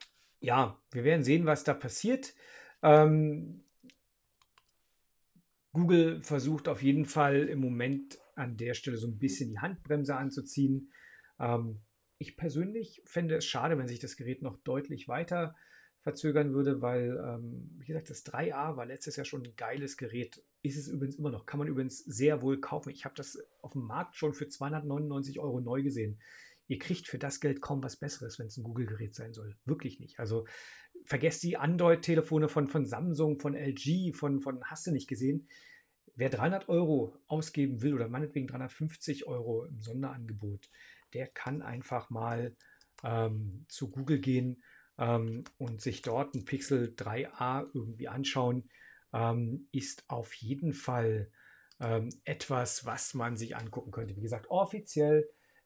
Ja, wir werden sehen, was da passiert. Google versucht auf jeden Fall im Moment an der Stelle so ein bisschen die Handbremse anzuziehen. Ich persönlich fände es schade, wenn sich das Gerät noch deutlich weiter verzögern würde, weil, wie gesagt, das 3A war letztes Jahr schon ein geiles Gerät. Ist es übrigens immer noch. Kann man übrigens sehr wohl kaufen. Ich habe das auf dem Markt schon für 299 € neu gesehen. Ihr kriegt für das Geld kaum was Besseres, wenn es ein Google-Gerät sein soll. Wirklich nicht. Also vergesst die Android-Telefone von Samsung, von LG, von hast du nicht gesehen. Wer 300 € ausgeben will oder meinetwegen 350 € im Sonderangebot, der kann einfach mal zu Google gehen und sich dort ein Pixel 3a irgendwie anschauen. Ist auf jeden Fall etwas, was man sich angucken könnte. Wie gesagt, offiziell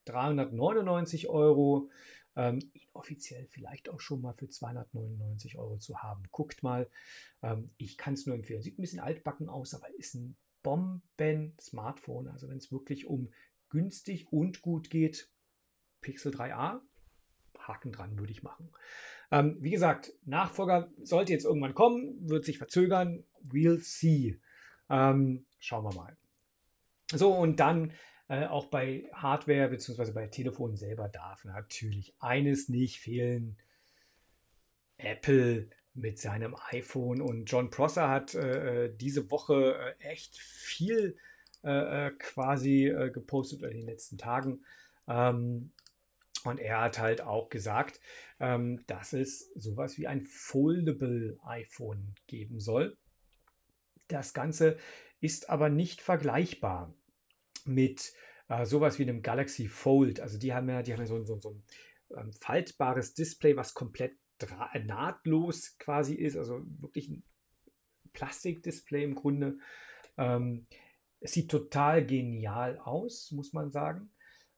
399 €, inoffiziell vielleicht auch schon mal für 299 € zu haben. Guckt mal, ich kann es nur empfehlen. Sieht ein bisschen altbacken aus, aber ist ein Bomben-Smartphone. Also wenn es wirklich um günstig und gut geht, Pixel 3a, Haken dran würde ich machen. Wie gesagt, Nachfolger sollte jetzt irgendwann kommen, wird sich verzögern. We'll see. Schauen wir mal. So, und dann auch bei Hardware bzw. bei Telefonen selber darf natürlich eines nicht fehlen. Apple mit seinem iPhone. Und John Prosser hat diese Woche echt viel quasi gepostet in den letzten Tagen. Und er hat halt auch gesagt, dass es sowas wie ein Foldable iPhone geben soll. Das Ganze ist aber nicht vergleichbar mit sowas wie einem Galaxy Fold. Also die haben ja so ein faltbares Display, was komplett nahtlos quasi ist. Also wirklich ein Plastikdisplay im Grunde. Es sieht total genial aus, muss man sagen.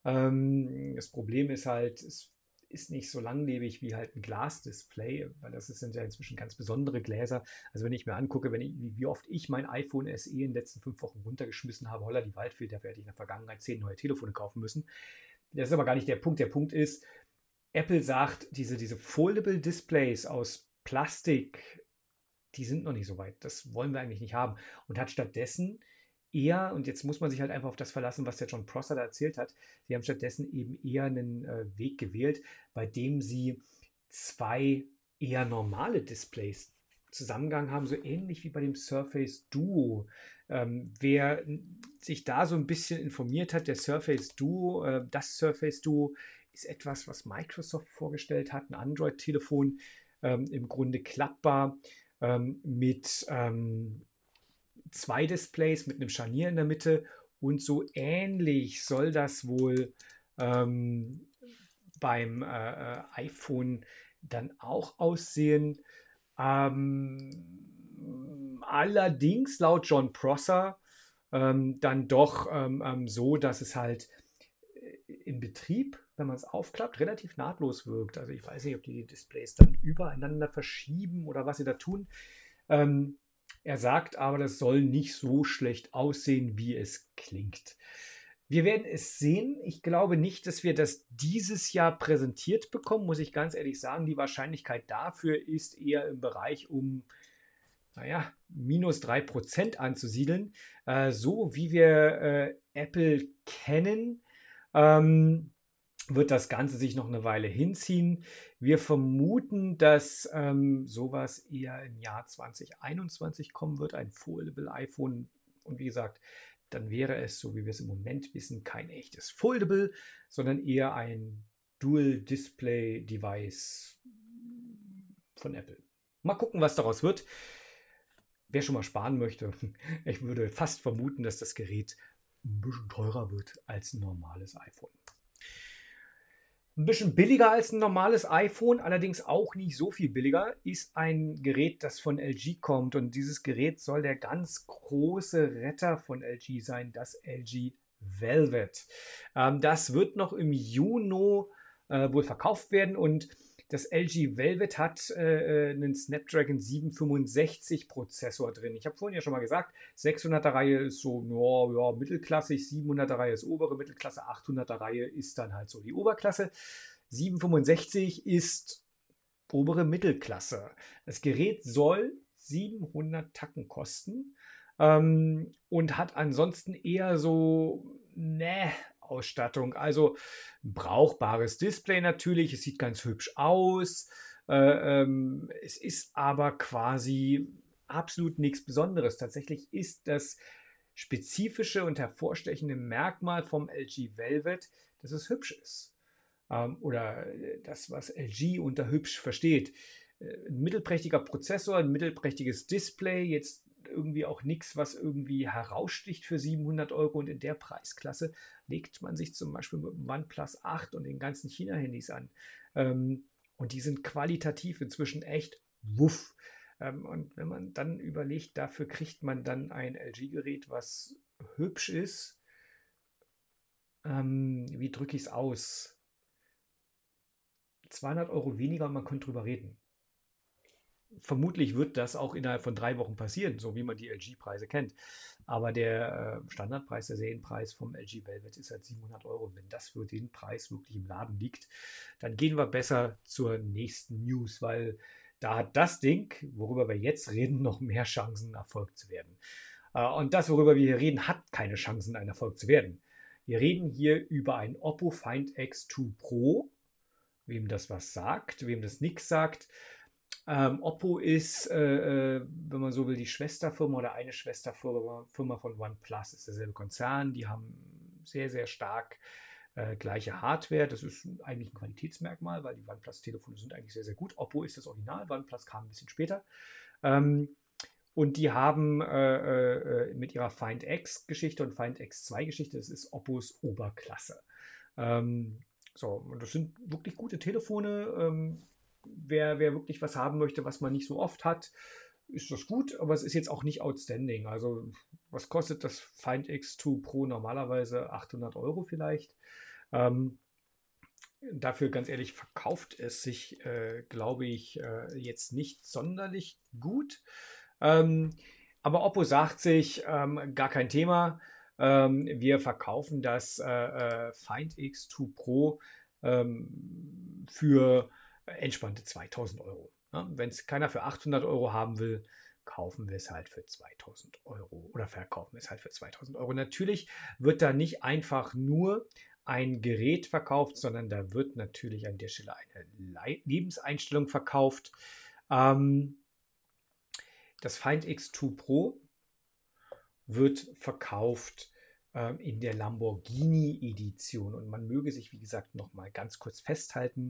Das Problem ist halt, es ist nicht so langlebig wie halt ein Glasdisplay, weil sind ja inzwischen ganz besondere Gläser. Also wenn ich mir angucke, wie oft ich mein iPhone SE in den letzten 5 Wochen runtergeschmissen habe, holla die Waldfee, dafür hätte ich in der Vergangenheit 10 neue Telefone kaufen müssen. Das ist aber gar nicht der Punkt. Der Punkt ist, Apple sagt, diese Foldable Displays aus Plastik, die sind noch nicht so weit. Das wollen wir eigentlich nicht haben. Und hat stattdessen eher, und jetzt muss man sich halt einfach auf das verlassen, was der John Prosser da erzählt hat, sie haben stattdessen eben eher einen Weg gewählt, bei dem sie 2 eher normale Displays zusammengegangen haben, so ähnlich wie bei dem Surface Duo. Wer sich da so ein bisschen informiert hat, das Surface Duo ist etwas, was Microsoft vorgestellt hat, ein Android-Telefon, im Grunde klappbar, mit 2 Displays mit einem Scharnier in der Mitte, und so ähnlich soll das wohl beim iPhone dann auch aussehen. Allerdings laut John Prosser dann doch so, dass es halt im Betrieb, wenn man es aufklappt, relativ nahtlos wirkt. Also ich weiß nicht, ob die Displays dann übereinander verschieben oder was sie da tun. Er sagt aber, das soll nicht so schlecht aussehen, wie es klingt. Wir werden es sehen. Ich glaube nicht, dass wir das dieses Jahr präsentiert bekommen, muss ich ganz ehrlich sagen. Die Wahrscheinlichkeit dafür ist eher im Bereich um, minus 3% anzusiedeln. So wie wir Apple kennen, wird das Ganze sich noch eine Weile hinziehen. Wir vermuten, dass sowas eher im Jahr 2021 kommen wird, ein Foldable iPhone. Und wie gesagt, dann wäre es, so wie wir es im Moment wissen, kein echtes Foldable, sondern eher ein Dual-Display-Device von Apple. Mal gucken, was daraus wird. Wer schon mal sparen möchte, ich würde fast vermuten, dass das Gerät ein bisschen teurer wird als ein normales iPhone. Ein bisschen billiger als ein normales iPhone, allerdings auch nicht so viel billiger, ist ein Gerät, das von LG kommt. Und dieses Gerät soll der ganz große Retter von LG sein, das LG Velvet. Das wird noch im Juni wohl verkauft werden, und das LG Velvet hat einen Snapdragon 765 Prozessor drin. Ich habe vorhin ja schon mal gesagt, 600er Reihe ist so mittelklassig, 700er Reihe ist obere Mittelklasse, 800er Reihe ist dann halt so die Oberklasse. 765 ist obere Mittelklasse. Das Gerät soll 700 Tacken kosten. und hat ansonsten eher so, ne, Ausstattung. Also brauchbares Display natürlich, es sieht ganz hübsch aus. Es ist aber quasi absolut nichts Besonderes. Tatsächlich ist das spezifische und hervorstechende Merkmal vom LG Velvet, dass es hübsch ist. Oder das, was LG unter hübsch versteht. Ein mittelprächtiger Prozessor, ein mittelprächtiges Display, jetzt irgendwie auch nichts, was irgendwie heraussticht für 700 Euro, und in der Preisklasse legt man sich zum Beispiel mit dem OnePlus 8 und den ganzen China-Handys an. Und die sind qualitativ inzwischen echt wuff. Und wenn man dann überlegt, dafür kriegt man dann ein LG-Gerät, was hübsch ist, wie drücke ich es aus? 200 Euro weniger und man könnte drüber reden. Vermutlich wird das auch innerhalb von 3 Wochen passieren, so wie man die LG-Preise kennt. Aber der Standardpreis, der Serienpreis vom LG Velvet ist halt 700 Euro. Wenn das für den Preis wirklich im Laden liegt, dann gehen wir besser zur nächsten News, weil da hat das Ding, worüber wir jetzt reden, noch mehr Chancen, Erfolg zu werden. Und das, worüber wir hier reden, hat keine Chancen, ein Erfolg zu werden. Wir reden hier über ein Oppo Find X2 Pro. Wem das was sagt, wem das nichts sagt. Oppo ist, wenn man so will, die Schwesterfirma oder eine Schwesterfirma von OnePlus. Ist derselbe Konzern. Die haben sehr, sehr stark gleiche Hardware. Das ist eigentlich ein Qualitätsmerkmal, weil die OnePlus-Telefone sind eigentlich sehr, sehr gut. Oppo ist das Original, OnePlus kam ein bisschen später. Und die haben mit ihrer Find X-Geschichte und Find X2-Geschichte, das ist Oppos Oberklasse. So, und das sind wirklich gute Telefone. Wer wirklich was haben möchte, was man nicht so oft hat, ist das gut, aber es ist jetzt auch nicht outstanding. Also, was kostet das Find X2 Pro normalerweise? 800 Euro vielleicht. Dafür, ganz ehrlich, verkauft es sich, glaube ich, jetzt nicht sonderlich gut. Aber Oppo sagt sich, gar kein Thema. Wir verkaufen das Find X2 Pro für entspannte 2000 Euro. Ja, wenn es keiner für 800 Euro haben will, kaufen wir es halt für 2000 Euro oder verkaufen wir es halt für 2000 Euro. Natürlich wird da nicht einfach nur ein Gerät verkauft, sondern da wird natürlich an der Stelle eine Lebenseinstellung verkauft. Das Find X2 Pro wird verkauft in der Lamborghini-Edition. Und man möge sich, wie gesagt, noch mal ganz kurz festhalten,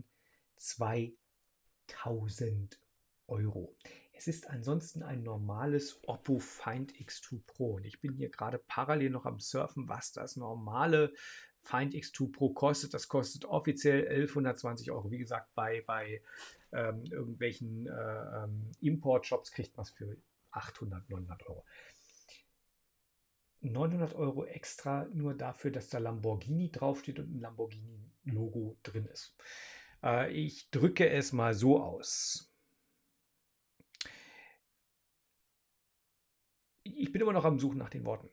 2000 Euro. Es ist ansonsten ein normales Oppo Find X2 Pro. Und ich bin hier gerade parallel noch am Surfen, was das normale Find X2 Pro kostet. Das kostet offiziell 1120 Euro. Wie gesagt, bei irgendwelchen Import-Shops kriegt man es für 800, 900 Euro. 900 Euro extra nur dafür, dass da Lamborghini draufsteht und ein Lamborghini-Logo drin ist. Ich drücke es mal so aus. Ich bin immer noch am Suchen nach den Worten.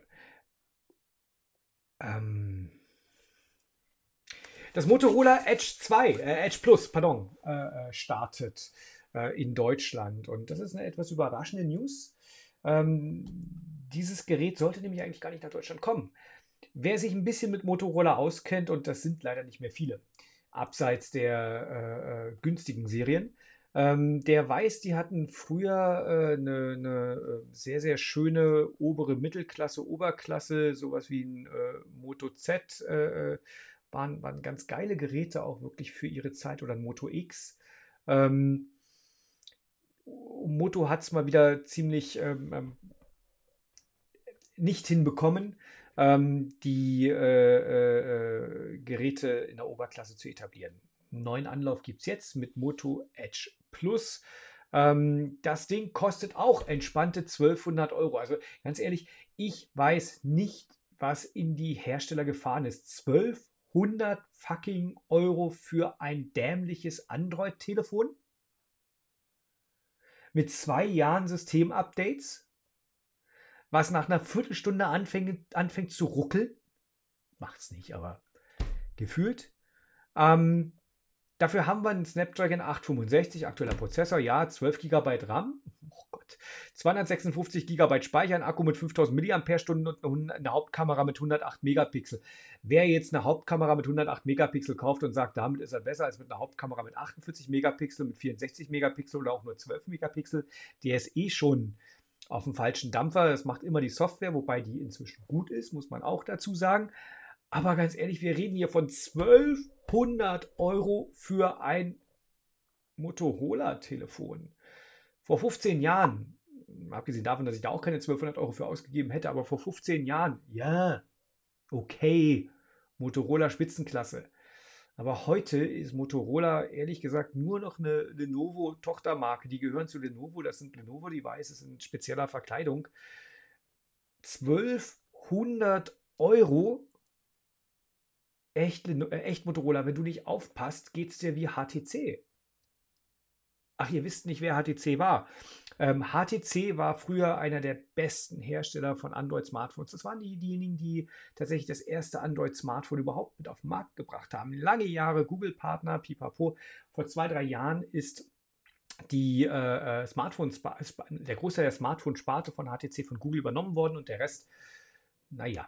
Das Motorola Edge 2, Edge Plus, pardon, startet in Deutschland. Und das ist eine etwas überraschende News. Dieses Gerät sollte nämlich eigentlich gar nicht nach Deutschland kommen. Wer sich ein bisschen mit Motorola auskennt, und das sind leider nicht mehr viele, abseits der günstigen Serien, der weiß, die hatten früher eine sehr, sehr schöne obere Mittelklasse, Oberklasse, sowas wie ein Moto Z, waren ganz geile Geräte auch wirklich für ihre Zeit, oder ein Moto X. Moto hat es mal wieder ziemlich nicht hinbekommen, die Geräte in der Oberklasse zu etablieren. Einen neuen Anlauf gibt es jetzt mit Moto Edge Plus. Das Ding kostet auch entspannte 1200 Euro. Also ganz ehrlich, ich weiß nicht, was in die Hersteller gefahren ist. 1200 fucking Euro für ein dämliches Android-Telefon? Mit 2 Jahren Systemupdates? Was nach einer Viertelstunde anfängt zu ruckeln? Macht's nicht, aber gefühlt. Dafür haben wir einen Snapdragon 865, aktueller Prozessor, ja, 12 GB RAM. Oh Gott, Gott. 256 GB Speicher, ein Akku mit 5000 mAh und eine Hauptkamera mit 108 Megapixel. Wer jetzt eine Hauptkamera mit 108 Megapixel kauft und sagt, damit ist er besser als mit einer Hauptkamera mit 48 Megapixel, mit 64 Megapixel oder auch nur 12 Megapixel, der ist eh schon auf dem falschen Dampfer. Das macht immer die Software, wobei die inzwischen gut ist, muss man auch dazu sagen. Aber ganz ehrlich, wir reden hier von 1200 Euro für ein Motorola-Telefon. Vor 15 Jahren, abgesehen davon, dass ich da auch keine 1200 Euro für ausgegeben hätte, aber vor 15 Jahren, ja, okay, Motorola Spitzenklasse. Aber heute ist Motorola ehrlich gesagt nur noch eine Lenovo-Tochtermarke. Die gehören zu Lenovo. Das sind Lenovo-Devices in spezieller Verkleidung. 1200 Euro. Echt Motorola. Wenn du nicht aufpasst, geht es dir wie HTC. Ach, ihr wisst nicht, wer HTC war. HTC war früher einer der besten Hersteller von Android-Smartphones. Das waren diejenigen, die tatsächlich das erste Android-Smartphone überhaupt mit auf den Markt gebracht haben. Lange Jahre Google-Partner, pipapo. Vor 2-3 Jahren ist der Großteil der Smartphone-Sparte von HTC von Google übernommen worden und der Rest, naja.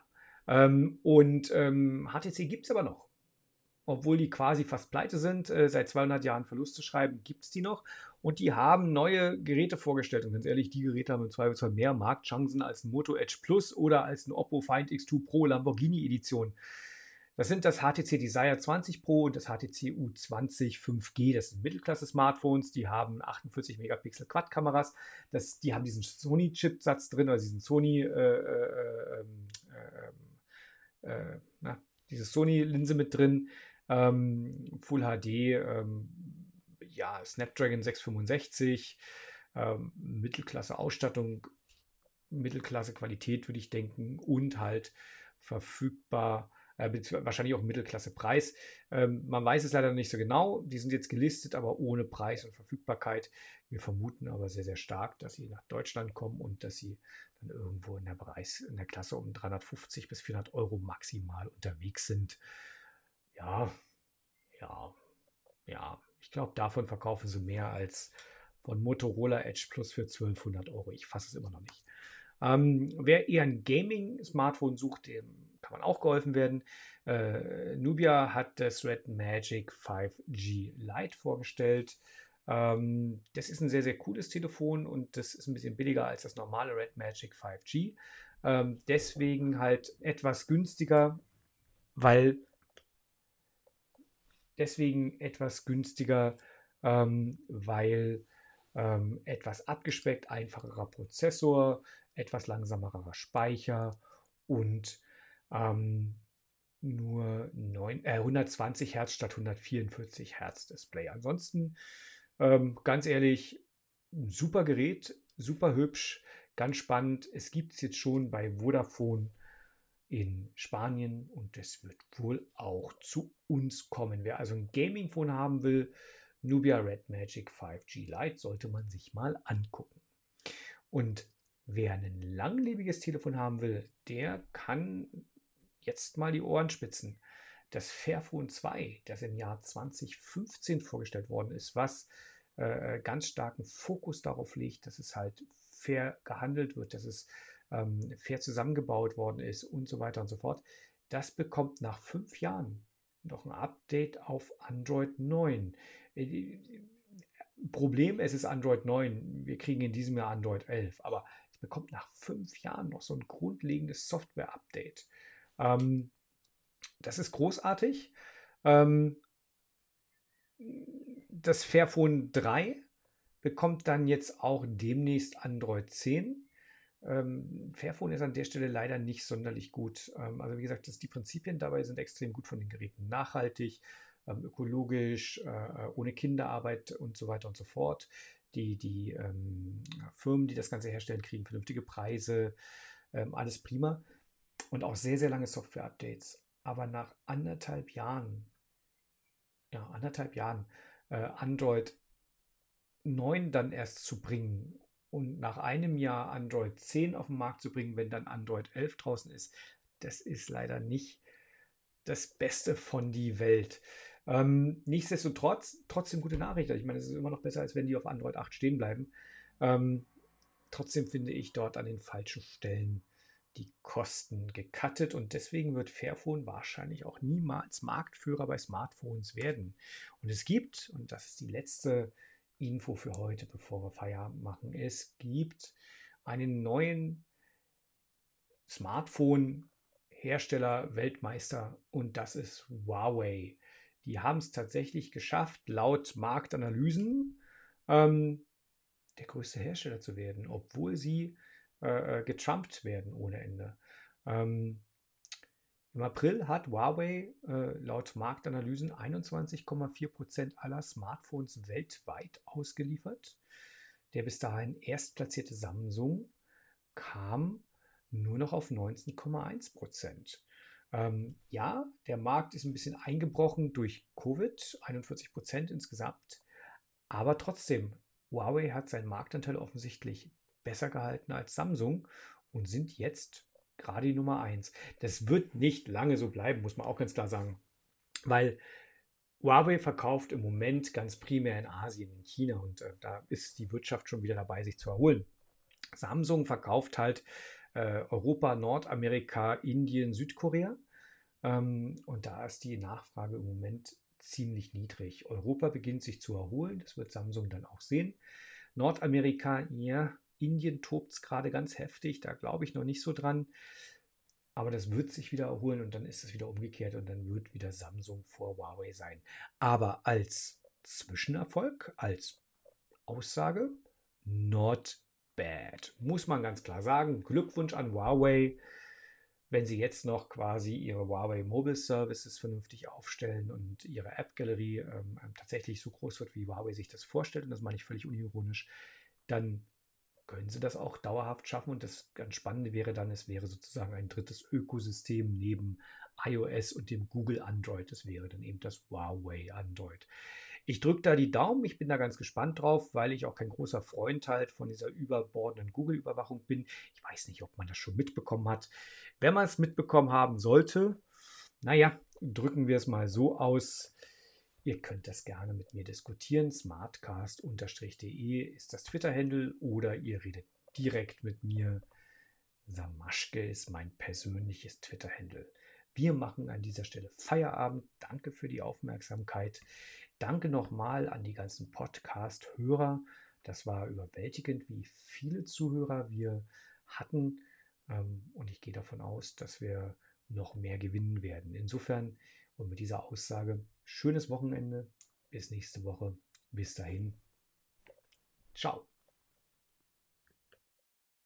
HTC gibt es aber noch. Obwohl die quasi fast pleite sind, seit 200 Jahren Verluste schreiben, gibt es die noch. Und die haben neue Geräte vorgestellt. Und ganz ehrlich, die Geräte haben im Zweifelsfall mehr Marktchancen als ein Moto Edge Plus oder als ein Oppo Find X2 Pro Lamborghini Edition. Das sind das HTC Desire 20 Pro und das HTC U20 5G. Das sind Mittelklasse-Smartphones, die haben 48 Megapixel Quad-Kameras. Die haben diesen Sony-Chipsatz drin, also diesen diese Sony-Linse mit drin. Full HD, Snapdragon 665, Mittelklasse Ausstattung, Mittelklasse Qualität, würde ich denken, und halt verfügbar, wahrscheinlich auch Mittelklasse Preis. Man weiß es leider nicht so genau. Die sind jetzt gelistet, aber ohne Preis und Verfügbarkeit. Wir vermuten aber sehr, sehr stark, dass sie nach Deutschland kommen und dass sie dann irgendwo in der Klasse um 350 bis 400 Euro maximal unterwegs sind. Ja. Ich glaube, davon verkaufen sie mehr als von Motorola Edge Plus für 1200 Euro. Ich fasse es immer noch nicht. Wer eher ein Gaming-Smartphone sucht, dem kann man auch geholfen werden. Nubia hat das Red Magic 5G Lite vorgestellt. Das ist ein sehr, sehr cooles Telefon und das ist ein bisschen billiger als das normale Red Magic 5G. Deswegen halt etwas günstiger, weil etwas abgespeckt, einfacherer Prozessor, etwas langsamerer Speicher und nur 120 Hertz statt 144 Hertz Display. Ansonsten, ganz ehrlich, super Gerät, super hübsch, ganz spannend. Es gibt es jetzt schon bei Vodafone in Spanien und es wird wohl auch zu uns kommen. Wer also ein Gaming-Phone haben will, Nubia Red Magic 5G Lite sollte man sich mal angucken. Und wer ein langlebiges Telefon haben will, der kann jetzt mal die Ohren spitzen. Das Fairphone 2, das im Jahr 2015 vorgestellt worden ist, was ganz starken Fokus darauf legt, dass es halt fair gehandelt wird, dass es fair zusammengebaut worden ist und so weiter und so fort. Das bekommt nach 5 Jahren noch ein Update auf Android 9. Problem, es ist Android 9. Wir kriegen in diesem Jahr Android 11, aber es bekommt nach 5 Jahren noch so ein grundlegendes Software-Update. Das ist großartig. Das Fairphone 3 bekommt dann jetzt auch demnächst Android 10. Fairphone ist an der Stelle leider nicht sonderlich gut. Also wie gesagt, die Prinzipien dabei sind extrem gut von den Geräten. Nachhaltig, ökologisch, ohne Kinderarbeit und so weiter und so fort. Die Firmen, die das Ganze herstellen, kriegen vernünftige Preise. Alles prima. Und auch sehr, sehr lange Software-Updates. Aber nach anderthalb Jahren Android 9 dann erst zu bringen und nach einem Jahr Android 10 auf den Markt zu bringen, wenn dann Android 11 draußen ist, das ist leider nicht das Beste von die Welt. Nichtsdestotrotz, trotzdem gute Nachricht. Ich meine, es ist immer noch besser, als wenn die auf Android 8 stehen bleiben. Trotzdem finde ich dort an den falschen Stellen die Kosten gecuttet und deswegen wird Fairphone wahrscheinlich auch niemals Marktführer bei Smartphones werden. Und es gibt, und das ist die letzte Info für heute, bevor wir Feierabend machen, es gibt einen neuen Smartphone-Hersteller, Weltmeister und das ist Huawei. Die haben es tatsächlich geschafft, laut Marktanalysen der größte Hersteller zu werden, obwohl sie getrumpt werden ohne Ende. Ähm, Im April hat Huawei laut Marktanalysen 21,4% aller Smartphones weltweit ausgeliefert. Der bis dahin erstplatzierte Samsung kam nur noch auf 19,1%. Ja, der Markt ist ein bisschen eingebrochen durch Covid, 41% insgesamt. Aber trotzdem, Huawei hat seinen Marktanteil offensichtlich besser gehalten als Samsung und sind jetzt gerade die Nummer 1. Das wird nicht lange so bleiben, muss man auch ganz klar sagen. Weil Huawei verkauft im Moment ganz primär in Asien, in China und da ist die Wirtschaft schon wieder dabei, sich zu erholen. Samsung verkauft halt Europa, Nordamerika, Indien, Südkorea. Und da ist die Nachfrage im Moment ziemlich niedrig. Europa beginnt sich zu erholen, das wird Samsung dann auch sehen. Nordamerika, ja, Indien tobt es gerade ganz heftig, da glaube ich noch nicht so dran. Aber das wird sich wieder erholen und dann ist es wieder umgekehrt und dann wird wieder Samsung vor Huawei sein. Aber als Zwischenerfolg, als Aussage, not bad. Muss man ganz klar sagen. Glückwunsch an Huawei, wenn sie jetzt noch quasi ihre Huawei Mobile Services vernünftig aufstellen und ihre App-Galerie tatsächlich so groß wird, wie Huawei sich das vorstellt, und das meine ich völlig unironisch, dann können sie das auch dauerhaft schaffen. Und das ganz Spannende wäre dann, es wäre sozusagen ein drittes Ökosystem neben iOS und dem Google Android. Das wäre dann eben das Huawei Android. Ich drücke da die Daumen, ich bin da ganz gespannt drauf, weil ich auch kein großer Freund halt von dieser überbordenden Google-Überwachung bin. Ich weiß nicht, ob man das schon mitbekommen hat. Wenn man es mitbekommen haben sollte, naja, drücken wir es mal so aus. Ihr könnt das gerne mit mir diskutieren. Smartcast-de ist das Twitter-Handle oder ihr redet direkt mit mir. Samaschke ist mein persönliches Twitter-Handle. Wir machen an dieser Stelle Feierabend. Danke für die Aufmerksamkeit. Danke nochmal an die ganzen Podcast-Hörer. Das war überwältigend, wie viele Zuhörer wir hatten. Und ich gehe davon aus, dass wir noch mehr gewinnen werden. Insofern und mit dieser Aussage, schönes Wochenende. Bis nächste Woche. Bis dahin. Ciao.